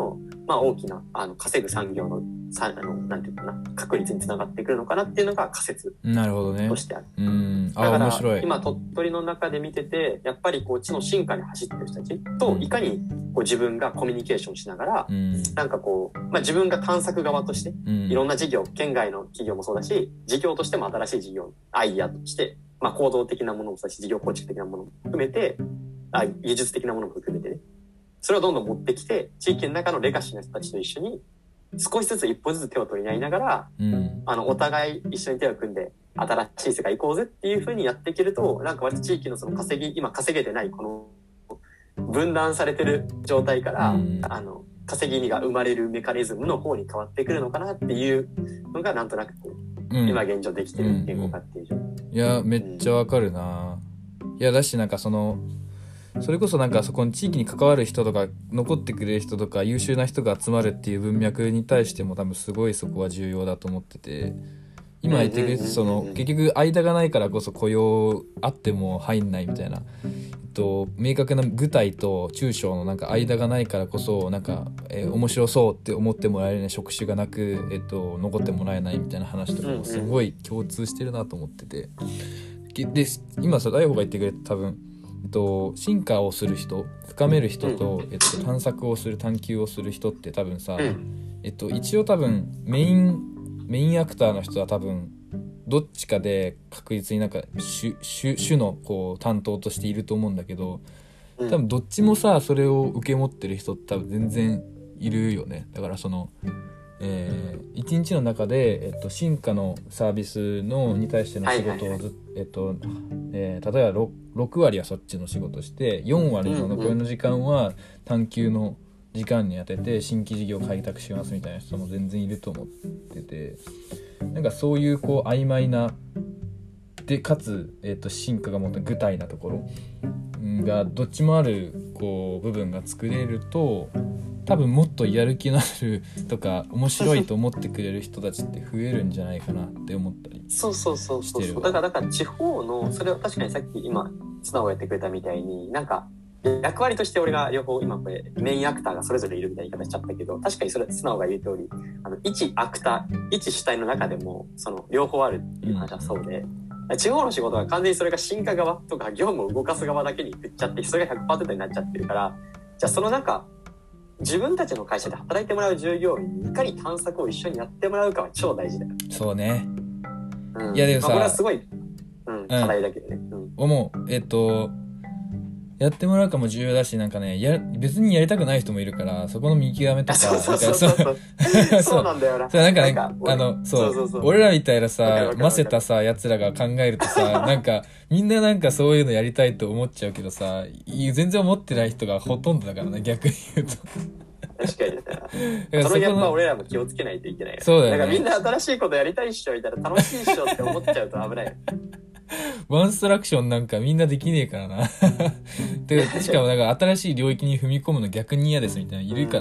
まあ大きな稼ぐ産業のなんていうかな、確率につながってくるのかなっていうのが仮説としてある。だから今鳥取の中で見てて、やっぱりこう知の進化に走ってる人たちといかにこう自分がコミュニケーションしながら、なんかこう、まあ、自分が探索側としていろんな事業、県外の企業もそうだし、事業としても新しい事業、アイディアとして、まあ、行動的なものもそうだし、事業構築的なものも含めて、技術的なものも含めてね、それをどんどん持ってきて、地域の中のレガシーの人たちと一緒に少しずつ一歩ずつ手を取り合いながら、お互い一緒に手を組んで新しい世界行こうぜっていう風にやっていけると、なんか割と地域のその今稼げてないこの分断されてる状態から、稼ぎが生まれるメカニズムの方に変わってくるのかなっていうのがなんとなくこう、今現状できてる言語化っていう状態。 いやめっちゃわかるな。いやだしなんかそれこそなんかそこの地域に関わる人とか残ってくれる人とか優秀な人が集まるっていう文脈に対しても多分すごいそこは重要だと思ってて、今言ってくれて結局間がないからこそ雇用あっても入んないみたいな、明確な具体と抽象のなんか間がないからこそなんか、面白そうって思ってもらえるような職種がなく、残ってもらえないみたいな話とかもすごい共通してるなと思ってて、で今大穂が言ってくれた多分進化をする人、深める人と、探索をする、探求をする人って多分さ、一応多分メインアクターの人は多分どっちかで確実になんか種のこう担当としていると思うんだけど、多分どっちもさそれを受け持ってる人って多分全然いるよね。だからその1日の中で、進化のサービスに対しての仕事を例えば 6割はそっちの仕事して4割の残りの時間は探求の時間に当てて新規事業を開拓しますみたいな人も全然いると思ってて、なんかそういうこう曖昧なでかつ、進化がもっと具体なところがどっちもあるこう部分が作れると、多分もっとやる気のあるとか面白いと思ってくれる人たちって増えるんじゃないかなって思ったりしてるわ。 だから地方のそれは確かにさっき今素直やってくれたみたいに、なんか役割として俺が両方今これメインアクターがそれぞれいるみたいな言い方しちゃったけど、確かにそれ素直が言う通り一アクター一主体の中でもその両方あるっていう話はそうで、地方の仕事は完全にそれが進化側とか業務を動かす側だけに振っちゃって、それが 100% になっちゃってるから、じゃあその中自分たちの会社で働いてもらう従業員にいかに探索を一緒にやってもらうかは超大事だよ。 そうね、いやでもさ、 これはすごい、課題だけどね、 思う。やってもらうかも重要だし、なんかね、別にやりたくない人もいるから、そこの見極めとか、 そうなんだよな。 なんかね、俺らみたいなさ、ませたさ、奴らが考えるとさ、なんか、みんななんかそういうのやりたいと思っちゃうけどさ、全然思ってない人がほとんどだからね、逆に言うと。 確かにそのギャップは俺らも気をつけないといけない。 そうだよね。 だからみんな新しいことやりたいっしょみたいな、楽しいっしょって思っちゃうと危ない。 ワンストラクションなんかみんなできねえからな。でしかもなんか新しい領域に踏み込むの逆に嫌ですみたいなのいるから、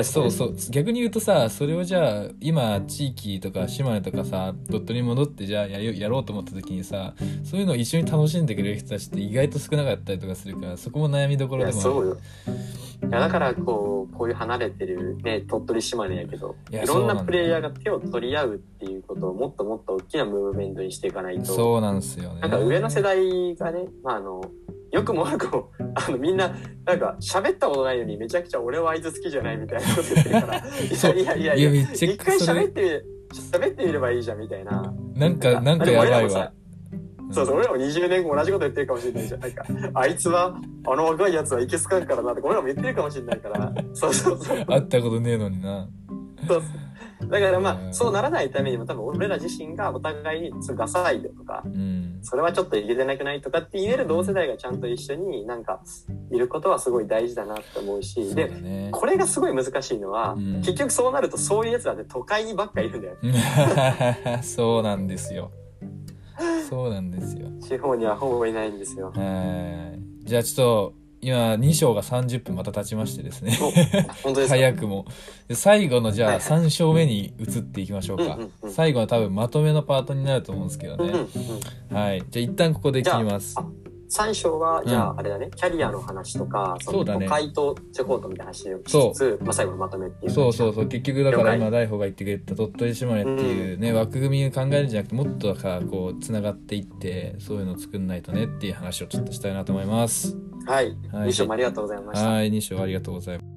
そう逆に言うとさ、それをじゃあ今地域とか島根とかさ鳥取に戻ってじゃあやろうと思った時にさ、そういうのを一緒に楽しんでくれる人たちって意外と少なかったりとかするから、そこも悩みどころでもある。 そうよ。いやだからこういう離れてるね鳥取島根やけど、いろんなプレイヤーが手を取り合うっていうことをもっともっと大きなムーブメントにしていかないと。 そうなんですよね。 なんか上の世代がね、よくも悪くもみんななんか喋ったことないのにめちゃくちゃ俺はあいつ好きじゃないみたいなこと言ってるからいや一回喋ってみればいいじゃんみたいな。 なんかやばいわ。 そう俺らも20年後同じこと言ってるかもしれないじゃん。なんかあいつは若いやつはいけすかんからなって俺らも言ってるかもしれないから。そう会ったことねえのにな。 そうだからそうならないためにも多分俺ら自身がお互いにダサいよとか、それはちょっといけてなくないとかって言える同世代がちゃんと一緒になんかいることはすごい大事だなって思うし、でこれがすごい難しいのは、結局そうなるとそういうやつらって都会にばっかいるんだよ。 そうなんですよ。そうなんですよ。 地方にはほぼいないんですよ。 じゃあちょっと今2章が30分また経ちましてですね。 本当ですか？ 早くも。最後のじゃあ3章目に移っていきましょうか。最後は多分まとめのパートになると思うんですけどね。はい。じゃあ一旦ここで切ります。 3章は、じゃあ、あれだね、キャリアの話とか、その都会と地方とみたいな話をしつつ、まあ、最後のまとめっていう。 そう。結局だから今、大穂が言ってくれた鳥取島根っていうね、枠組みを考えるんじゃなくて、もっとこう、繋がっていって、そういうのを作んないとねっていう話をちょっとしたいなと思います。 はい。2章もありがとうございました。 はい、2章ありがとうございます。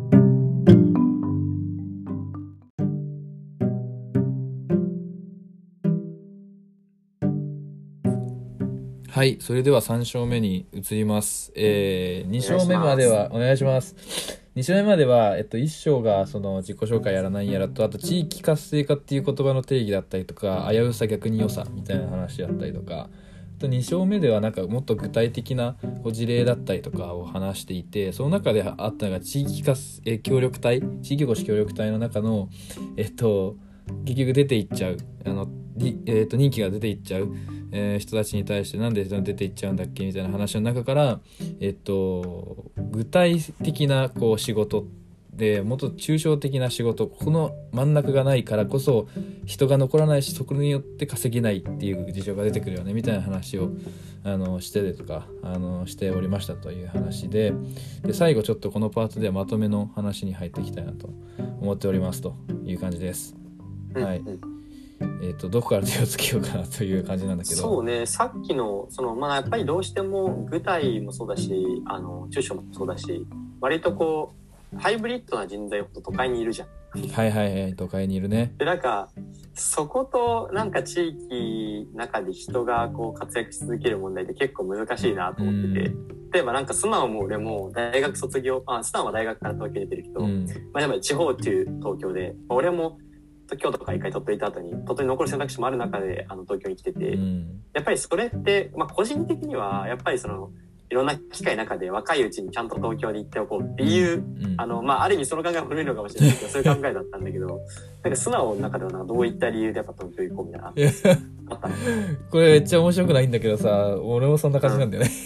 はい、それでは3章目に移ります。2章目までは、お願いします。2章目までは、1章がその自己紹介やらないやらと、あと地域活性化っていう言葉の定義だったりとか、危うさ逆に良さみたいな話だったりとか、あと2章目ではなんかもっと具体的な事例だったりとかを話していて、その中であったのが地域協力隊、地域おこし協力隊の中の、結局出ていっちゃう、任期が出ていっちゃう、人たちに対してなんで出ていっちゃうんだっけみたいな話の中から、具体的なこう仕事でもっと抽象的な仕事、この真ん中がないからこそ人が残らないし、そこによって稼げないっていう事情が出てくるよねみたいな話をしてとかしておりましたという話で、最後ちょっとこのパートではまとめの話に入っていきたいなと思っておりますという感じです。はい。どこから手をつけようかなという感じなんだけど。 そうね、さっきのまあやっぱりどうしても具体もそうだし、中小もそうだし、割とこうハイブリッドな人材ほど都会にいるじゃん。 はい都会にいるね。 でなんかそことなんか地域の中で人がこう活躍し続ける問題って結構難しいなと思ってて、例えばなんか素直も俺も大学卒業、素直は大学から東京に出てるけど、でも地方っていう東京で、俺も京都とか一回鳥取行った後に鳥取に残る選択肢もある中で東京に来てて、やっぱりそれって、個人的にはやっぱりいろんな機会の中で若いうちにちゃんと東京に行っておこうっていう、ある意味その考えも古いのかもしれないけどそういう考えだったんだけどなんか素直の中ではどういった理由でやっぱ東京行こうみたいなあったのこれめっちゃ面白くないんだけどさ、俺もそんな感じなんだよね、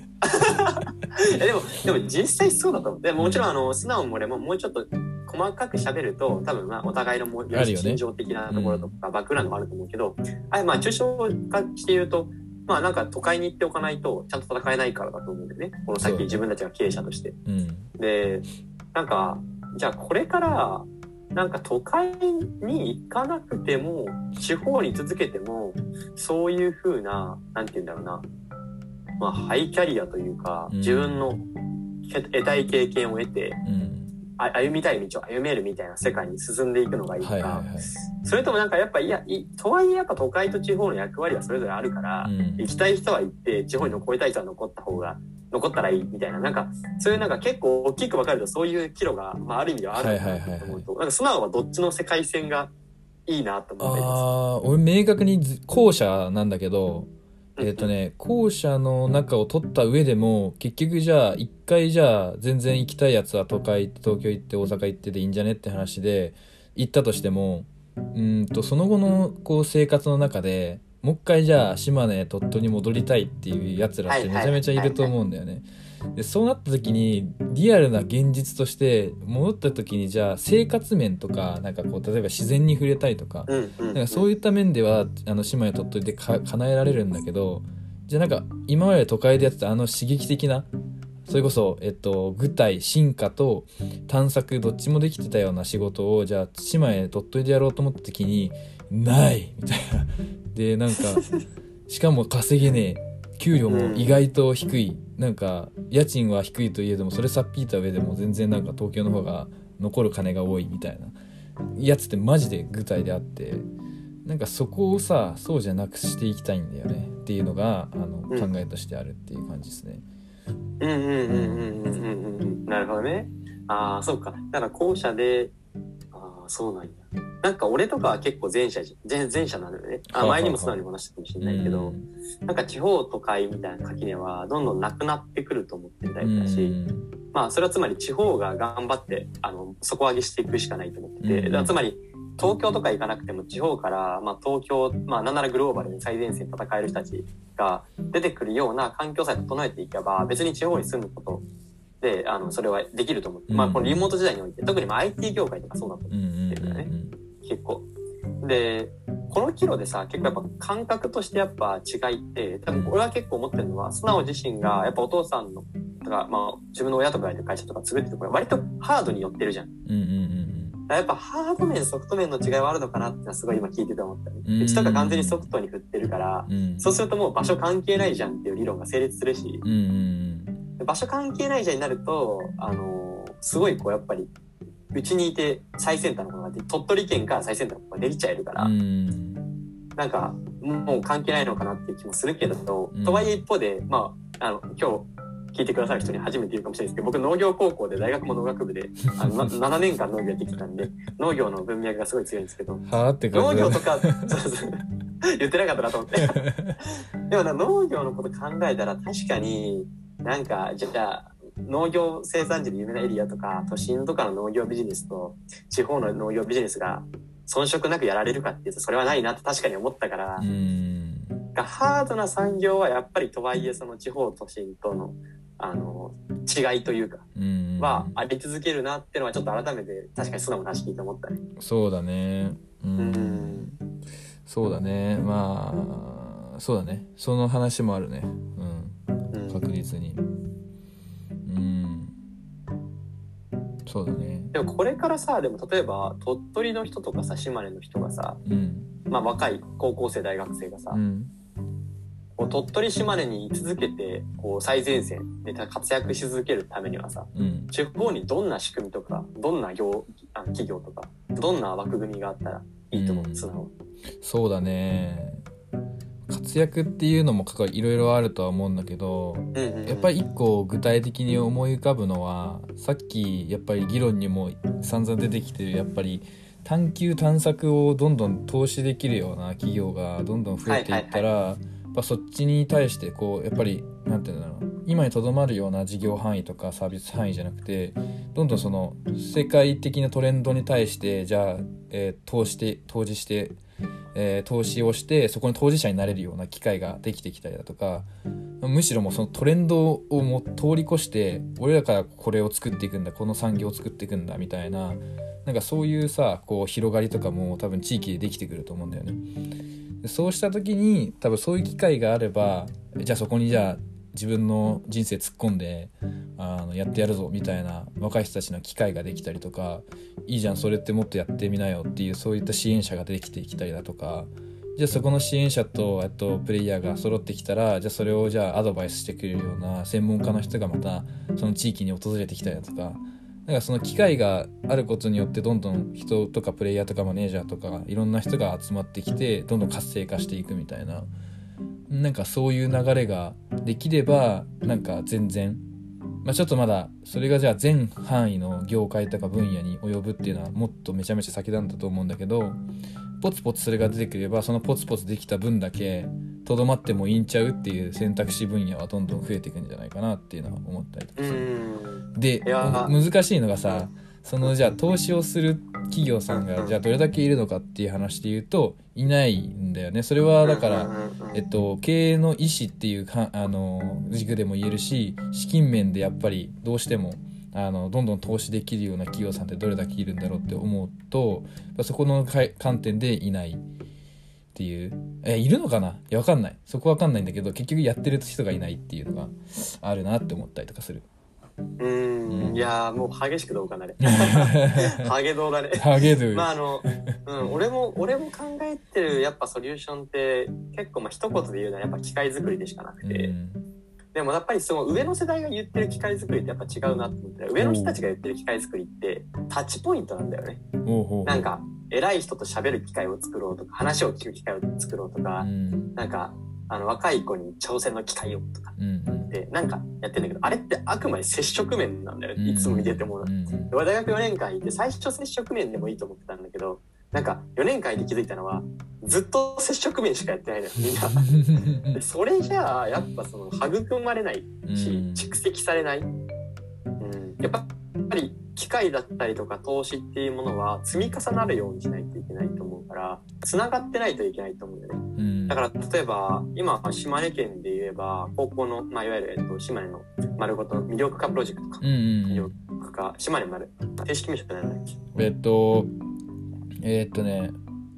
でも実際そうだと思う。でもちろん素直も俺ももうちょっと細かく喋ると多分お互いのより心情的なところとかバックグラウンドもあると思うけど、抽象化して言うとなんか都会に行っておかないとちゃんと戦えないからだと思うんだよね。この先自分たちが経営者として。で、なんかじゃあこれからなんか都会に行かなくても地方に続けてもそういう風ななんて言うんだろうな、ハイキャリアというか自分の得たい経験を得て、歩みたい道を歩めるみたいな世界に進んでいくのがいいか、それともなんかやっぱとはいえやっぱ都会と地方の役割はそれぞれあるから、行きたい人は行って地方に残りたい人は残ったらいいみたいな、なんかそういうなんか結構大きく分かるとそういう岐路が、ある意味ではあると思うと、なんか素直はどっちの世界線がいいなと思ってます。 俺明確に後者なんだけど、後者の中を取った上でも結局じゃあ一回じゃあ全然行きたいやつは東京行って大阪行ってでいいんじゃねって話で行ったとしても、その後のこう生活の中でもう一回じゃあ島根鳥取に戻りたいっていうやつらってめちゃめちゃいると思うんだよね。でそうなった時にリアルな現実として戻った時にじゃあ生活面とかなんかこう例えば自然に触れたいとか、なんかそういった面では島根鳥取で叶えられるんだけど、じゃあなんか今まで都会でやってた刺激的なそれこそ具体進化と探索どっちもできてたような仕事をじゃあ島根鳥取でやろうと思った時にないみたいなでなんかしかも稼げねえ、給料も意外と低い、なんか家賃は低いといえどもそれさっぴいた上でも全然なんか東京の方が残る金が多いみたいなやつってマジで具体であって、なんかそこをさそうじゃなくしていきたいんだよねっていうのが考えとしてあるっていう感じですね。 なるほどね。そうか。だから後者でそうなんや。なんか俺とかは結構前者なのよね。前にも素直に話したかもしれないけど、なんか地方都会みたいな垣根はどんどんなくなってくると思ってるタイプだし、それはつまり地方が頑張って底上げしていくしかないと思ってて、だからつまり東京とか行かなくても地方から、東京、なんならグローバルに最前線戦える人たちが出てくるような環境さえ整えていけば別に地方に住むことでそれはできると思って、このリモート時代において特にIT 業界とかそうだと思ってるんだよね。結構でこの岐路でさ、結構やっぱ感覚としてやっぱ違いって、多分俺は結構思ってるのは、素直自身がやっぱお父さんの、とか、まあ自分の親とかがいる会社とか作ってるところ割とハードに寄ってるじゃん。やっぱハード面、ソフト面の違いはあるのかなってのはすごい今聞いてて思ったね。うちとか完全にソフトに振ってるから、そうするともう場所関係ないじゃんっていう理論が成立するし、場所関係ないじゃんになると、すごいこうやっぱり、うちにいて最先端のものができ、鳥取県から最先端のものができちゃえるから、なんかもう関係ないのかなっていう気もするけど、とはいえ一方で、まあ、今日、聞いてくださる人に初めて言うかもしれないですけど、僕農業高校で大学も農学部で7年間農業やってきたんで、農業の文脈がすごい強いんですけど、農業とか言ってなかったなと思ってでも農業のこと考えたら確かになんかじゃあ農業生産地で有名なエリアとか都心とかの農業ビジネスと地方の農業ビジネスが遜色なくやられるかっていうとそれはないなって確かに思ったから、ハードな産業はやっぱりとはいえその地方都心との違いというかはあり続けるなってのはちょっと改めて確かに素直な話聞いて思ったね。 そうだね。そうだね。まあそうだね。その話もあるね。確実に。そうだね。 でもこれからさ、でも例えば鳥取の人とかさ、島根の人がさ、まあ若い高校生大学生がさ、鳥取島根に居続けてこう最前線で活躍し続けるためにはさ、地方にどんな仕組みとかどんな企業とかどんな枠組みがあったらいいと思う、素直。 そうだね。活躍っていうのもいろいろあるとは思うんだけど、やっぱり一個具体的に思い浮かぶのはさっきやっぱり議論にも散々出てきてるやっぱり探求探索をどんどん投資できるような企業がどんどん増えていったら、そっちに対してこうやっぱりなんていうんだろう、今にとどまるような事業範囲とかサービス範囲じゃなくてどんどんその世界的なトレンドに対してじゃあ、投資をしてそこに当事者になれるような機会ができてきたりだとか、むしろもうそのトレンドをもう通り越して俺らからこれを作っていくんだ、この産業を作っていくんだみたいな、なんかそういうさこう広がりとかも多分地域でできてくると思うんだよね。そうした時に多分そういう機会があればじゃあそこにじゃあ自分の人生突っ込んでやってやるぞみたいな若い人たちの機会ができたりとか、いいじゃんそれってもっとやってみなよっていうそういった支援者ができてきたりだとか、じゃあそこの支援者とプレイヤーが揃ってきたらじゃあそれをじゃあアドバイスしてくれるような専門家の人がまたその地域に訪れてきたりだとか、なんかその機会があることによってどんどん人とかプレイヤーとかマネージャーとかいろんな人が集まってきてどんどん活性化していくみたいな、なんかそういう流れができればなんか全然、ちょっとまだそれがじゃあ全範囲の業界とか分野に及ぶっていうのはもっとめちゃめちゃ先なんだと思うんだけど、ポツポツそれが出てくればそのポツポツできた分だけとどまってもいいんちゃうっていう選択肢分野はどんどん増えていくんじゃないかなっていうのは思ったりとかする。で難しいのがさ、そのじゃあ投資をする企業さんがじゃあどれだけいるのかっていう話で言うといないんだよね。それはだから、経営の意思っていう軸でも言えるし、資金面でやっぱりどうしてもどんどん投資できるような企業さんってどれだけいるんだろうって思うとそこの観点でいないっていう、いるのかな、いや分かんない、そこ分かんないんだけど結局やってる人がいないっていうのがあるなって思ったりとかする。 いやもう激しくどうかなれハゲドウだねハゲドウ。 俺も考えてるやっぱソリューションって結構一言で言うのはやっぱ機械作りでしかなくて、でもやっぱりその上の世代が言ってる機械作りってやっぱ違うなって思って、上の人たちが言ってる機械作りってタッチポイントなんだよね。なんか偉い人と喋る機会を作ろうとか話を聞く機会を作ろうとか、なんか若い子に挑戦の機会をとかでなんかやってんだけど、あれってあくまで接触面なんだよね。いつも見てて思うの。俺大学4年間いて最初接触面でもいいと思ってたんだけど、なんか4年間いて気づいたのはずっと接触面しかやってないのよみんなそれじゃあやっぱその育まれないし蓄積されない、やっぱり機械だったりとか投資っていうものは積み重なるようにしないといけないと思うから繋がってないといけないと思うんだよね。だから例えば今島根県で言えば高校の、いわゆる、島根の丸ごと魅力化プロジェクトか、魅力化島根丸正式名称って何だっけ、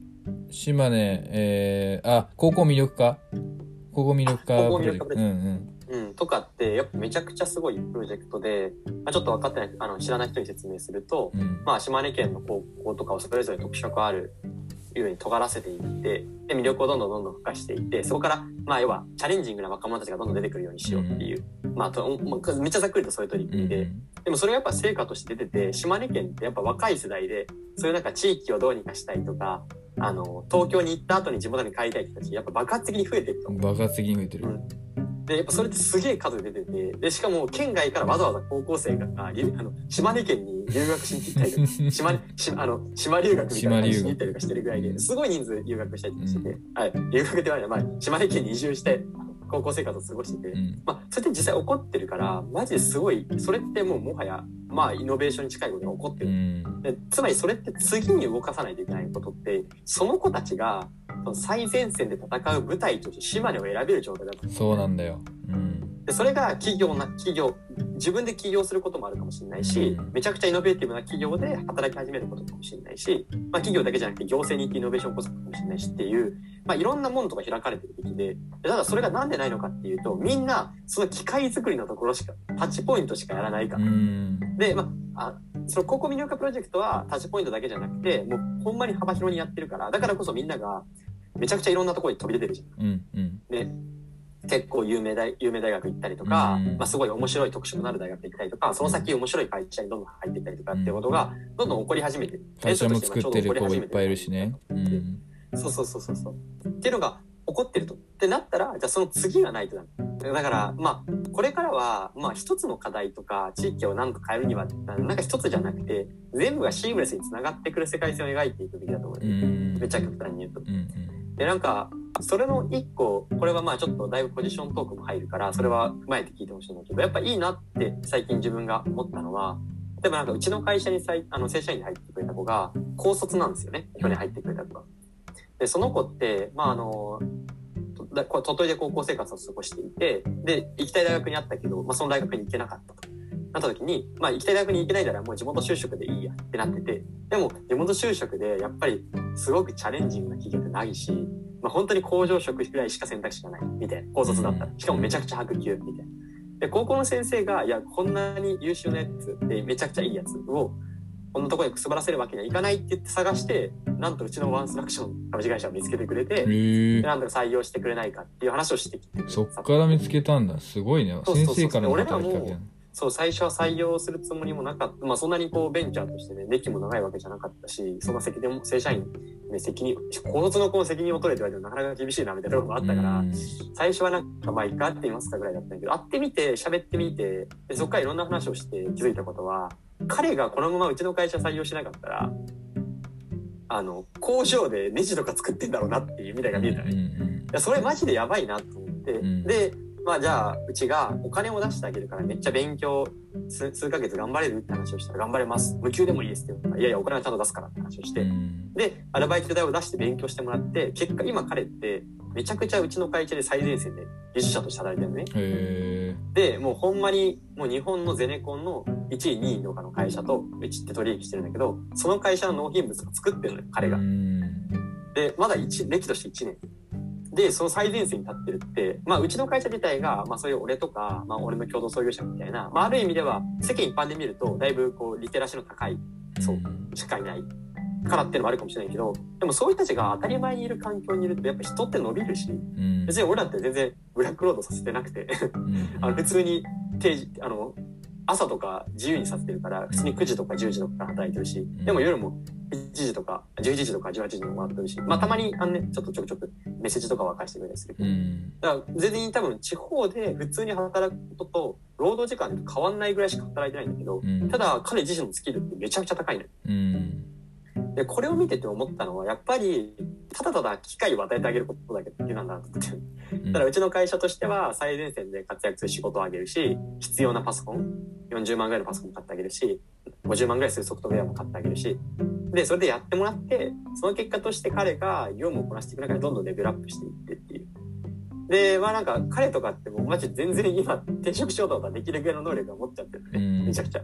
島根、高校魅力化プロジェクト。 とかってやっぱめちゃくちゃすごいプロジェクトで、ちょっと分かってない知らない人に説明すると、島根県の高校とかをそれぞれ特色あるように尖らせていって、で魅力をどんどん付加していって、そこから要はチャレンジングな若者たちがどんどん出てくるようにしようっていう、めっちゃざっくりとそういう取り組みで、でもそれがやっぱ成果として出てて、島根県ってやっぱ若い世代でそういうなんか地域をどうにかしたいとか、東京に行った後に地元に帰りたい人たちやっぱ爆発的に増えてると。 爆発的に増えてる。 でやっぱそれってすげえ数出てて、でしかも県外からわざわざ高校生が島根県に留学しに行ったりとか島留学みたいなのしに行ったりとかしてるぐらいですごい人数留学したりとかしてて、留学って言われない、島根県に移住して高校生活を過ごしてて、それって実際起こってるからマジですごい、それってもはやイノベーションに近いことが起こってる、でつまりそれって次に動かさないといけないことって、その子たちが最前線で戦う舞台として島根を選べる状態だと。 そうなんだよ。 でそれが企業自分で起業することもあるかもしれないし、めちゃくちゃイノベーティブな企業で働き始めることかもしれないし、企業だけじゃなくて行政に行ってイノベーションを起こすことかもしれないしっていう、いろんなものとか開かれてるべきで、ただそれがなんでないのかっていうと、みんなその機械作りのところしかタッチポイントしかやらないから。でその高校魅力化プロジェクトはタッチポイントだけじゃなくて、もうほんまに幅広にやってるから、だからこそみんながめちゃくちゃいろんなところに飛び出てるじゃん。で結構有名大学行ったりとか、すごい面白い特色のある大学行ったりとか、その先面白い会社にどんどん入っていったりとかっていうことがどんどん起こり始めてる。 会社も作ってる子いっぱいいるしね。 そうっていうのが起こってると。ってなったら、じゃあその次がないとダメ。だからこれからは一つの課題とか地域を何とか変えるにはなんか一つじゃなくて、全部がシームレスにつながってくる世界線を描いていくべきだと思う。めちゃ極端に言うと。でなんかそれの一個、これはちょっとだいぶポジショントークも入るから、それは踏まえて聞いてほしいんだけど、やっぱいいなって最近自分が思ったのは、例えばうちの会社に正社員に入ってくれた子が高卒なんですよね。去年入ってくれた子が。でその子って鳥取で高校生活を過ごしていて、で行きたい大学にあったけど、その大学に行けなかったとなった時に、行きたい大学に行けないならもう地元就職でいいやってなってて、でも地元就職でやっぱりすごくチャレンジングな企業ってないし、本当に工場職ぐらいしか選択肢がないみたいな、高卒だったら、しかもめちゃくちゃ白球みたいな。で高校の先生がこんなに優秀なやつでめちゃくちゃいいやつをこんなところにくすばらせるわけにはいかないって言って探して、なんとうちのワンストラクション株式会社を見つけてくれて、でなんとか採用してくれないかっていう話をしてきて、 そっから見つけたんだ。すごいね。先生からの働きかけ。 最初は採用するつもりもなかった。そんなにベンチャーとしてね、歴も長いわけじゃなかったし、そんな責任も正社員ね、高卒の子の責任を取れって言われてもなかなか厳しいなみたいなところもあったから、最初はなんかいいかって言いますかぐらいだったんだけど、会ってみて喋ってみて、でそっからいろんな話をして気づいたことは、彼がこのままうちの会社採用しなかったら、工場でネジとか作ってんだろうなっていう未来が見えたね。いやそれマジでやばいなと思って、でじゃあうちがお金を出してあげるからめっちゃ勉強数ヶ月頑張れるって話をしたら、頑張れます、無給でもいいですって言うから、いやいやお金はちゃんと出すからって話をして、でアルバイト代を出して勉強してもらって、結果今彼ってめちゃくちゃうちの会社で最前線で技術者として働いてるのね。でもうほんまにもう日本のゼネコンの1位2位とかの会社とうちって取引してるんだけど、その会社の納品物を作ってるのよ彼が。でまだ歴として1年でその最前線に立ってるって、うちの会社自体が、そういう俺とか、俺の共同創業者みたいな、ある意味では世間一般で見るとだいぶリテラシーの高いしかいないからっていうのもあるかもしれないけど、でもそういう人たちが当たり前にいる環境にいるとやっぱ人って伸びるし、別に俺らって全然ブラックロードさせてなくて普通に朝とか自由にさせてるから、普通に9時とか10時とか働いてるし、でも夜も1時とか11時とか18時にも回ってるし、たまにちょっとちょくメッセージとかは返してくれたりするけど、だから全然多分地方で普通に働くことと労働時間で変わんないぐらいしか働いてないんだけど、ただ彼自身のスキルってめちゃくちゃ高いのよ。でこれを見てて思ったのは、やっぱりただただ機会を与えてあげることだけなんだなと思って。ただうちの会社としては最前線で活躍する仕事をあげるし、必要なパソコン40万ぐらいのパソコンも買ってあげるし、50万ぐらいするソフトウェアも買ってあげるし、でそれでやってもらって、その結果として彼が業務をこなしていく中でどんどんレベルアップしていってっていう。でなんか彼とかってもうマジで全然今転職しようとかできるぐらいの能力を持っちゃってるね、めちゃくちゃ。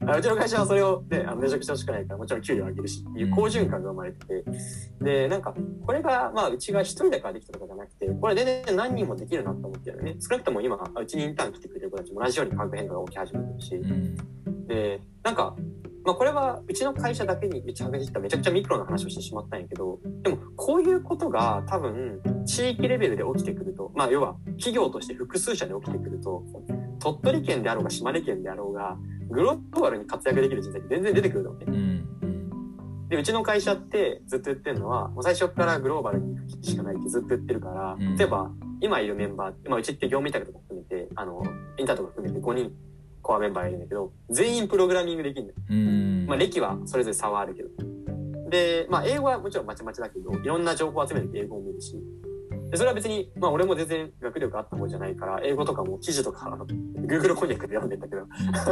うちの会社はそれを、ね、めちゃくちゃ欲しくないからもちろん給料上げるしっていう好循環が生まれてて、でなんかこれがまあうちが一人だからできたとかじゃなくて、これ全然何人もできるなと思ってるよね。少なくとも今うちにインターン来てくれる子たちも同じように化学変化が起き始めてるし、でなんかまあこれはうちの会社だけに打ち上げてきためちゃくちゃミクロな話をしてしまったんやけど、でもこういうことが多分地域レベルで起きてくると、まあ要は企業として複数社で起きてくると、鳥取県であろうが島根県であろうがグローバルに活躍できる人材って全然出てくるのね。でうちの会社ってずっと言ってるのはもう最初からグローバルに行く気しかないってずっと言ってるから、例えば今いるメンバー、うちって業務委託とか含めてインターンとか含めて5人コアメンバーがいるんだけど、全員プログラミングできるんだよ。歴はそれぞれ差はあるけど、で英語はもちろんまちまちだけどいろんな情報を集めて英語を見るし、でそれは別に俺も全然学力あった方じゃないから英語とかも記事とかGoogle 翻訳で読んでんだけど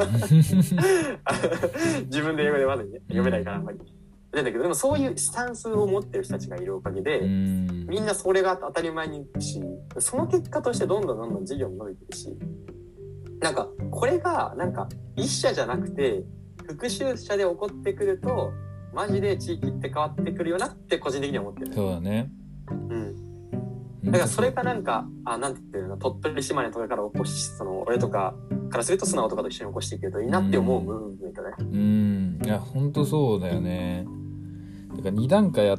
自分で英語でまず読めないからあんまりなんだけど、でもそういうスタンスを持ってる人たちがいるおかげでみんなそれが当たり前にいくし、その結果としてどんどん事業も伸びてるし、なんかこれがなんか一社じゃなくて複数社で起こってくるとマジで地域って変わってくるよなって個人的には思ってる。 そうだね。 だからそれがなんかなんていうの、鳥取島根とかから起こし、俺とかからすると素直とかと一緒に起こしていけるといいなって思う部分だね。 いや本当そうだよね。だから2段階あって、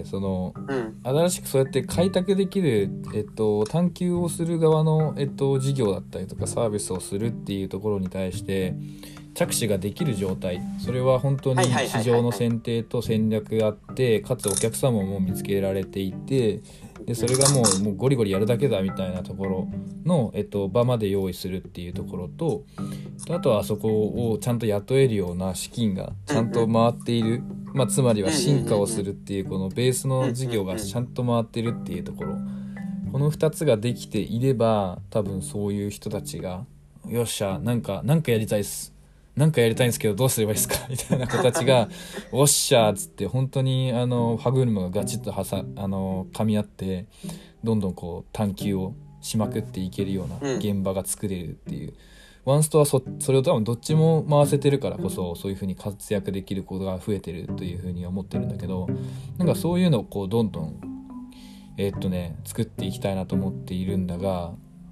新しくそうやって開拓できる、探求をする側の、事業だったりとかサービスをするっていうところに対して着手ができる状態、それは本当に市場の選定と戦略があって、かつお客様も見つけられていて、でそれがもうゴリゴリやるだけだみたいなところの、場まで用意するっていうところと、あとはそこをちゃんと雇えるような資金がちゃんと回っている、つまりは進化をするっていうこのベースの事業がちゃんと回ってるっていうところ、この2つができていれば多分そういう人たちがよっしゃなんかやりたいっす、なんかやりたいんですけどどうすればいいですかみたいな子たちがおっしゃーっつって本当に歯車がガチッと噛み合ってどんどんこう探求をしまくっていけるような現場が作れるっていう、ワンストはそれを多分どっちも回せてるからこそそういう風に活躍できる子が増えてるという風に思ってるんだけど、なんかそういうのをこうどんどん作っていきたいなと思っているんだが、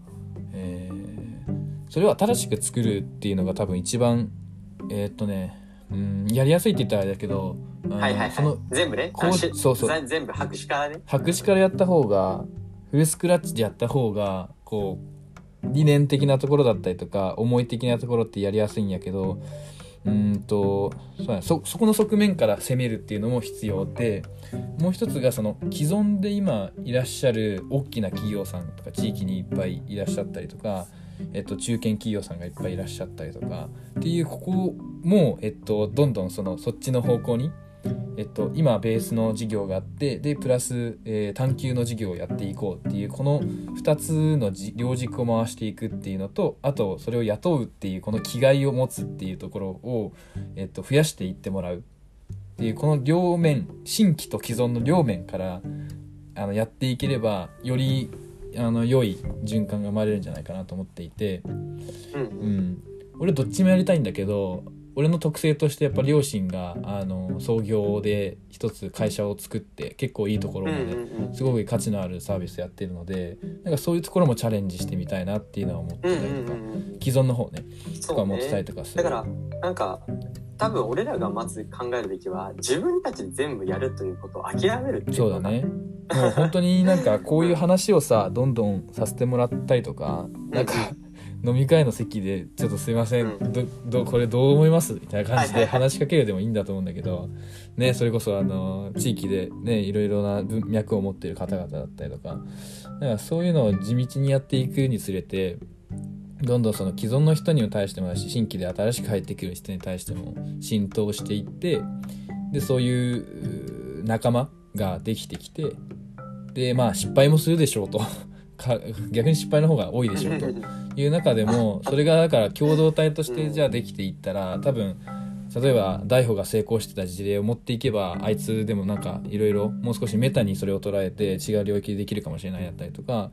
それを新しく作るっていうのが多分一番やりやすいって言ったらあれだけど、 全部ね、 そう全部白紙からね、 白紙からやった方が、フルスクラッチでやった方がこう理念的なところだったりとか思い的なところってやりやすいんやけど、そこの側面から攻めるっていうのも必要で、もう一つがその既存で今いらっしゃる大きな企業さんとか地域にいっぱいいらっしゃったりとか、中堅企業さんがいっぱいいらっしゃったりとかっていう、ここも、どんどんそっちの方向に、今ベースの事業があって、でプラス、探求の事業をやっていこうっていうこの2つの両軸を回していくっていうのと、あとそれを雇うっていうこの気概を持つっていうところを、増やしていってもらうっていうこの両面、新規と既存の両面からやっていければより良い循環が生まれるんじゃないかなと思っていて、俺どっちもやりたいんだけど、俺の特性としてやっぱ両親が創業で一つ会社を作って結構いいところまですごく価値のあるサービスやってるので、なんかそういうところもチャレンジしてみたいなっていうのは思ってたりとか、既存の方ねとか思ってたりとかする。 だからなんか多分俺らがまず考えるべきは自分たちで全部やるということを諦めるっていうこと。 そうだね。もう本当になんかこういう話をさどんどんさせてもらったりとか、なんか飲み会の席でちょっとすいません、これどう思いますみたいな感じで話しかけるでもいいんだと思うんだけどね、それこそ地域でねいろいろな文脈を持っている方々だったりとか、だからそういうのを地道にやっていくにつれて、どんどんその既存の人に対してもだし、新規で新しく入ってくる人に対しても浸透していって、でそういう仲間ができてきて、で失敗もするでしょうと逆に失敗の方が多いでしょうという中でも、それがだから共同体としてじゃあできていったら、多分例えば大歩が成功してた事例を持っていけば、あいつでもなんかいろいろもう少しメタにそれを捉えて違う領域でできるかもしれないだったりとか、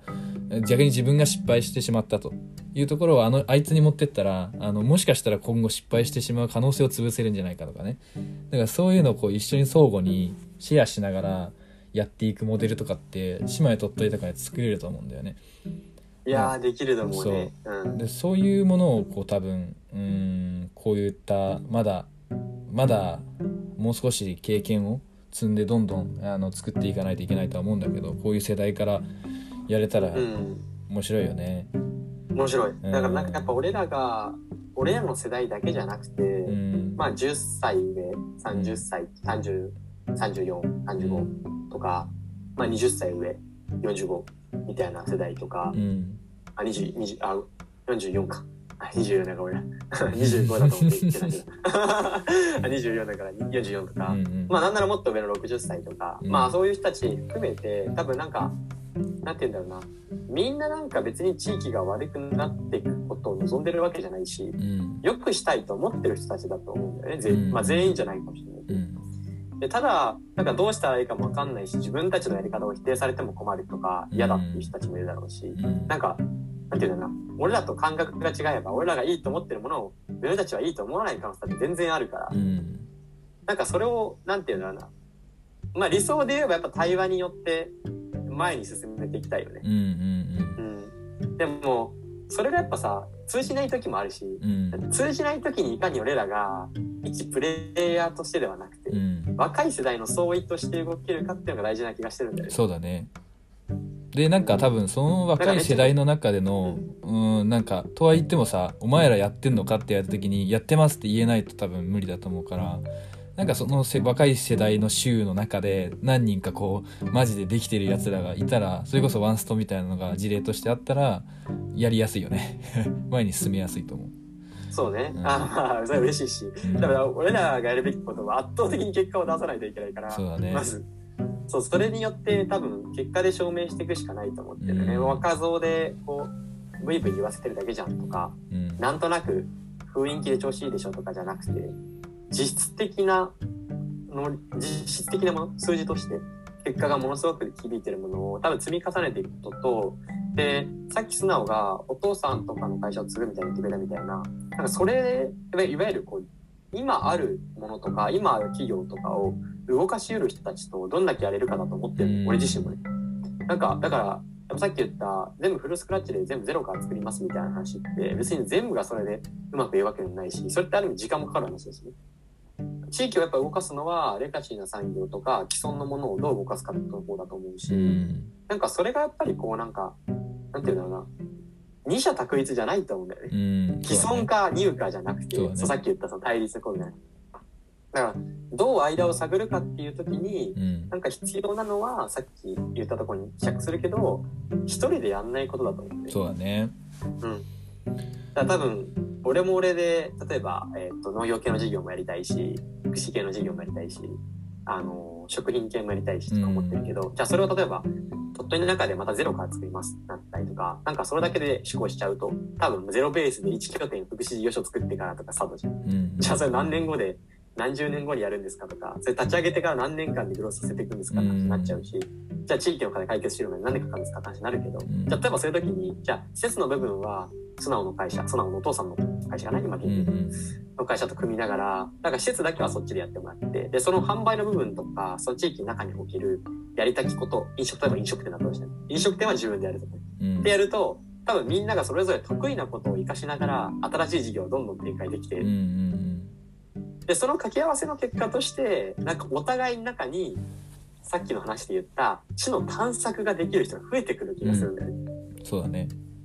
逆に自分が失敗してしまったというところをあいつに持ってったらもしかしたら今後失敗してしまう可能性を潰せるんじゃないかとかね。だからそういうのをこう一緒に相互にシェアしながらやっていくモデルとかって姉妹鳥取とかで作れると思うんだよね。 いやーできると思うね。 でそういうものをこう多分こういったまだもう少し経験を積んでどんどん作っていかないといけないとは思うんだけど、こういう世代からやれたら面白いよね。 面白い。だからなんかやっぱ俺らの世代だけじゃなくて、まあ10歳上、30歳、30、34、35とか、まあ20歳上、45みたいな世代とか、44か。24だから俺ら。25だと思って言ってないけど。24だから44とか、まあなんならもっと上の60歳とか、まあそういう人たち含めて、多分なんか、なんて言うんだろうな。みんななんか別に地域が悪くなっていくことを望んでるわけじゃないし、良くしたいと思ってる人たちだと思うんだよね。まあ全員じゃないかもしれないけど。でただ、なんかどうしたらいいかもわかんないし、自分たちのやり方を否定されても困るとか、嫌だっていう人たちもいるだろうし、なんか、なんていうんだろうな、俺らと感覚が違えば、俺らがいいと思ってるものを、自分たちはいいと思わない可能性って全然あるから、なんかそれを、なんていうんだろうな、まあ理想で言えばやっぱ対話によって前に進めていきたいよね。でも、それがやっぱさ、通じない時もあるし、通じない時にいかに俺らが一プレイヤーとしてではなくて、若い世代の総意として動けるかっていうのが大事な気がしてるんだよね。 そうだね。でなんか多分その若い世代の中でのなんかとは言ってもさ、お前らやってんのかって言われた時にやってますって言えないと多分無理だと思うから、なんかその若い世代の州の中で何人かこうマジでできてるやつらがいたら、それこそワンストみたいなのが事例としてあったらやりやすいよね。前に進めやすいと思う。 そうね。まあそれは嬉しいし、だから俺らがやるべきことは圧倒的に結果を出さないといけないから、 そうだね。 まずそれによって多分結果で証明していくしかないと思ってるね。若造でこうブイブイ言わせてるだけじゃんとか、なんとなく雰囲気で調子いいでしょとかじゃなくて、実質的なもの、数字として結果がものすごく響いてるものを多分積み重ねていくことと、でさっき素直がお父さんとかの会社を継ぐみたいに言ってくれたみたいな、なんかそれいわゆるこう今あるものとか今ある企業とかを動かし得る人たちとどんだけやれるかだと思ってる、俺自身もね。なんかだからさっき言った全部フルスクラッチで全部ゼロから作りますみたいな話って別に全部がそれでうまくいくわけでもないし、それってある意味時間もかかる話ですね。地域をやっぱ動かすのはレガシーな産業とか既存のものをどう動かすかってところだと思うし、なんかそれがやっぱりこうなんかなんていうんだろうな、二者択一じゃないと思うんだよね。既存かニューかじゃなくて、さっき言ったその対立のことね。だからどう間を探るかっていう時に、なんか必要なのはさっき言ったところに着するけど、一人でやんないことだと思うんで。 そうだね。 だから多分俺も俺で例えば、農業系の事業もやりたいし、福祉系の事業もやりたいし、食品系もやりたいしとか思ってるけど、じゃあそれを例えば鳥取の中でまたゼロから作りますってなったりとか、なんかそれだけで思考しちゃうと、多分ゼロベースで1拠点福祉事業所作ってからとかスタートじゃん。じゃあそれ何年後で何十年後にやるんですかとか、それ立ち上げてから何年間でグロースさせていくんですかって話になっちゃうし、じゃあ地域の課題解決するのに何年かかるんですかって話になるけど、じゃあ例えばそういう時に、じゃあ施設の部分は素直の会社、素直のお父さんの会社がね、今現在の会社と組みながら、なんか施設だけはそっちでやってもらって、で、その販売の部分とか、その地域の中におけるやりたきこと、例えば飲食店だったとして、飲食店は自分でやるとか、でやると、多分みんながそれぞれ得意なことを活かしながら、新しい事業をどんどん展開できて、で、その掛け合わせの結果として、なんかお互いの中に、さっきの話で言った知の探索ができる人が増えてくる気がするんだよね。 そうだね。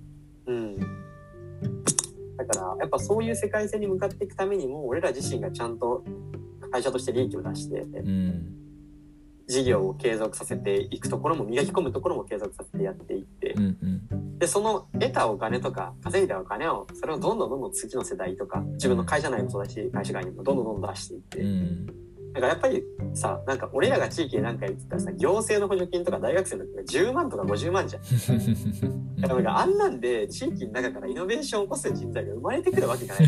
だからやっぱそういう世界線に向かっていくためにも、俺ら自身がちゃんと会社として利益を出して、事業を継続させていくところも、磨き込むところも継続させてやっていって、でその得たお金とか稼いだお金を、それをどんどん次の世代とか自分の会社内もそうだし、会社外にもどんどん出していって、だからやっぱりさ、なんか俺らが地域で何か言ってたらさ、行政の補助金とか大学生の時が10万とか50万じゃん。だからあんなんで地域の中からイノベーションを起こす人材が生まれてくるわけがない。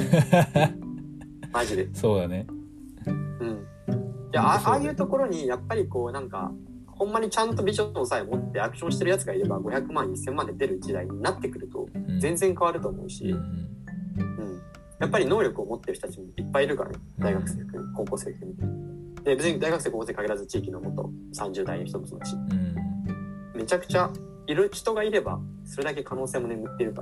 マジで。 そうだね。 いや、ああいうところにやっぱりこうなんかほんまにちゃんとビジョンさえ持ってアクションしてるやつがいれば500万1000万で出る時代になってくると全然変わると思うし、やっぱり能力を持ってる人たちもいっぱいいるからね、大学生含め高校生含めで、別に大学生高校生限らず地域のもっと30代の人もそうだし、めちゃくちゃいる人がいればそれだけ可能性も眠ってるから、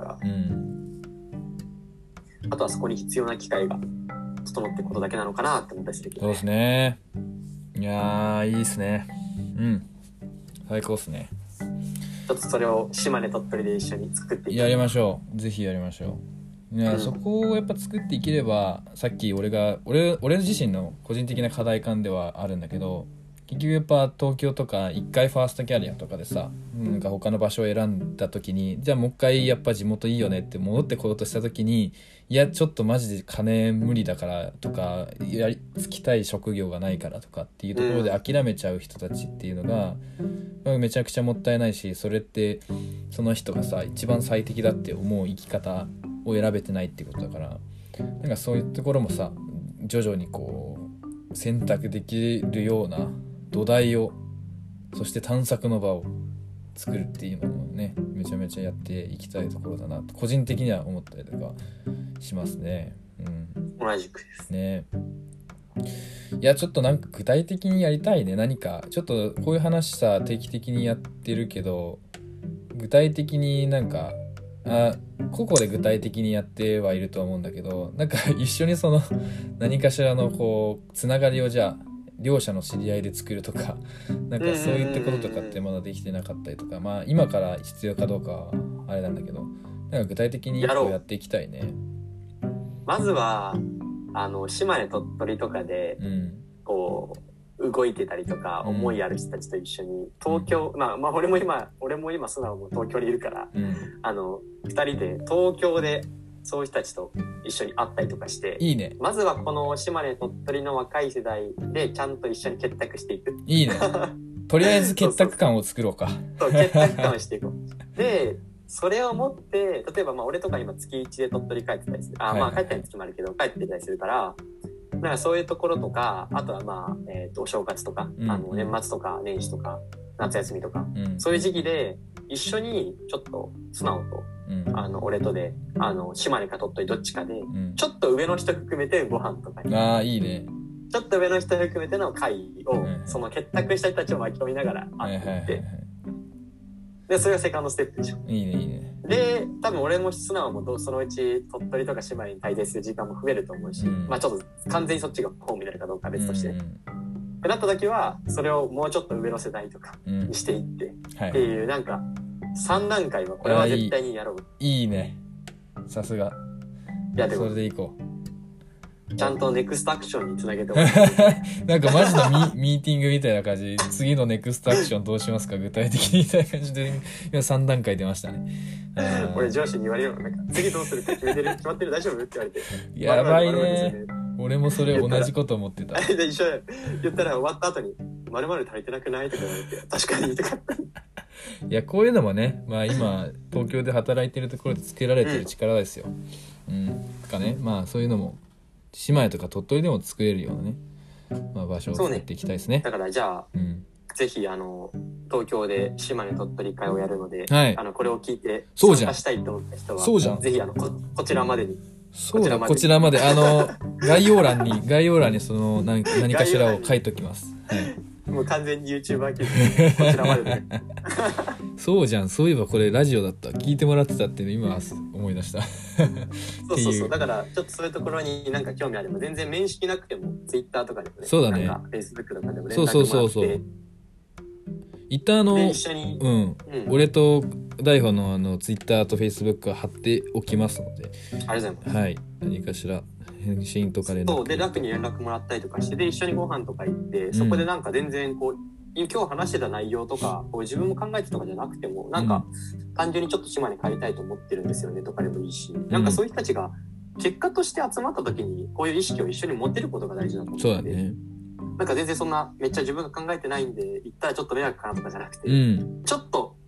あとはそこに必要な機会が整っていくことだけなのかなって思ったりするけど、 そうですね。いやーいいですね。最高ですね。 ちょっとそれを島根鳥取で一緒に作っていきやりましょう。ぜひやりましょう。いや、そこをやっぱ作っていければ、さっき俺自身の個人的な課題感ではあるんだけど、結局やっぱ東京とか一回ファーストキャリアとかでさ、なんか他の場所を選んだ時に、じゃあもう一回やっぱ地元いいよねって戻ってこようとした時に、いやちょっとマジで金無理だからとか、つきたい職業がないからとかっていうところで諦めちゃう人たちっていうのが、めちゃくちゃもったいないし、それってその人がさ一番最適だって思う生き方を選べてないってことだから、なんかそういうところもさ徐々にこう選択できるような土台を、そして探索の場を作るっていうのをね、めちゃめちゃやっていきたいところだなと個人的には思ったりとかしますね。 同じくですね。いやちょっとなんか具体的にやりたいね。何かちょっとこういう話さ定期的にやってるけど、具体的になんか個々で具体的にやってはいると思うんだけど、なんか一緒にその何かしらのこうつながりをじゃあ両者の知り合いで作るとか、なんかそういったこととかってまだできてなかったりとか、まあ今から必要かどうかはあれなんだけど、なんか具体的にこうやっていきたいね。 まずは島根鳥取とかでこう動いてたりとか、思いある人たちと一緒に東京、まあ俺も今素直も東京にいるから、2人で東京でそういう人たちと一緒に会ったりとかして、 いいね。 まずはこの島根鳥取の若い世代でちゃんと一緒に結託していく。 いいね。とりあえず結託感を作ろうか。 そう結託感をしていこう。でそれを持って例えば俺とか今月1で鳥取帰ってたりする。まあ帰ったり月もあるけど帰ってたりするから、なんかそういうところとか、あとはお正月とか、年末とか年始とか夏休みとか、そういう時期で一緒にちょっと素直と、俺とで島根か鳥取どっちかで、ちょっと上の人含めてご飯とかに、 いいね。 ちょっと上の人含めての会を、その結託した人たちを巻き込みながら会っていって、でそれがセカンドステップでしょ。 いいねいいね。で多分俺も素直もそのうち鳥取とか島根に滞在する時間も増えると思うし、まあちょっと完全にそっちがホームになるかどうかは別として、ってなった時はそれをもうちょっと上の世代とかにしていって、っていうなんか3段階はこれは絶対にやろう。 いいね。さすが。それでいこう。 ちゃんとネクストアクションにつなげておく。 なんかマジのミーティングみたいな感じ。次のネクストアクションどうしますか具体的にみたいな感じで今3段階出ましたね。 俺上司に言われるの、なんか次どうするか決まってる大丈夫って言われて。 やばいね。俺もそれ同じこと思ってた。 で一緒言ったら終わった後に〇〇足りてなくないとか言われて、確かにとか。 いやこういうのもね、まあ今東京で働いてるところでつけられてる力ですよ。とかね、まあそういうのも島根とか鳥取でも作れるようなね、まあ、場所を作っていきたいですね。 だからじゃあ、ぜひ東京で島根鳥取会をやるので、これを聞いて参加したいと思った人はぜひこちらまでに。 こちらまで概要欄にその何かしらを書いときます。 もう完全に YouTuber 気分こちらまでね。 そうじゃん。そういえばこれラジオだった。聞いてもらってたっていうの今思い出した。 そうだからちょっとそういうところになんか興味あれば全然面識なくても Twitter とかでもね、 そうだね。 なんか Facebook とかでも連絡もらって、 一旦一緒に、 俺と大悟のTwitter と Facebook は貼っておきますので、 ありがとうございます。 はい、何かしら返信とかでそうで楽に連絡もらったりとかして、で一緒にご飯とか行って、そこでなんか全然こう今日話してた内容とかこう自分も考えてとかじゃなくても、なんか単純にちょっと島に帰りたいと思ってるんですよねとかでもいいし、なんかそういう人たちが結果として集まった時にこういう意識を一緒に持てることが大事だと思うので、 そうだね。 なんか全然そんなめっちゃ自分が考えてないんで行ったらちょっと迷惑かなとかじゃなくて、ちょっと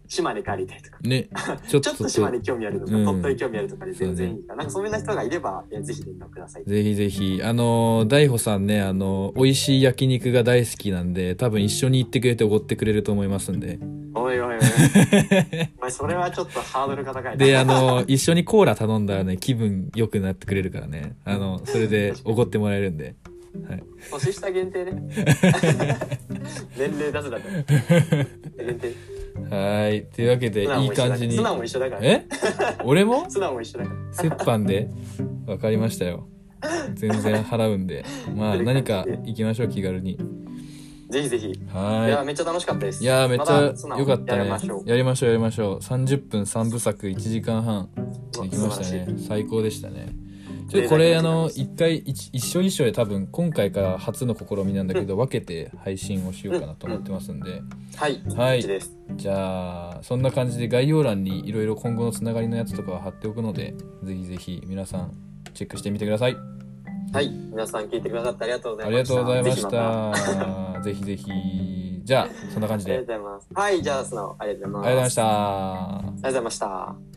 島根帰りたいとかね、 ちょっと島根興味あるとか、鳥取興味あるとかで全然いいから、なんかそういう人がいれば、ぜひ連絡ください。 ぜひぜひ。大穂さんね、美味しい焼肉が大好きなんで、多分一緒に行ってくれておごってくれると思いますんで。 おいおいおい。お前それはちょっとハードルが高いな。 で、一緒にコーラ頼んだらね、気分良くなってくれるからね。それでおごってもらえるんで。はい。 年下限定ね。年齢出すだと。限定。 はい。というわけで、いい感じに。 素直も一緒だから。 え俺も素直も一緒だから。 折半でわかりましたよ。全然払うんで。まあ、何か行きましょう、気軽に。 ぜひぜひ。 はい。 いや、めっちゃ楽しかったです。 いや、めっちゃ良かったね。やりましょう。30分3部作1時間半できましたね。最高でしたね。これ一緒で多分今回から初の試みなんだけど、分けて配信をしようかなと思ってますんで、 はい、 じゃあそんな感じで概要欄にいろいろ今後のつながりのやつとかは貼っておくので、ぜひぜひ皆さんチェックしてみてください。 はい、皆さん聞いてくださってありがとうございました。 ありがとうございました。ぜひぜひ。じゃあそんな感じで。 ありがとうございます。はい、じゃあ素直ありがとうございます。 ありがとうございました。 ありがとうございました。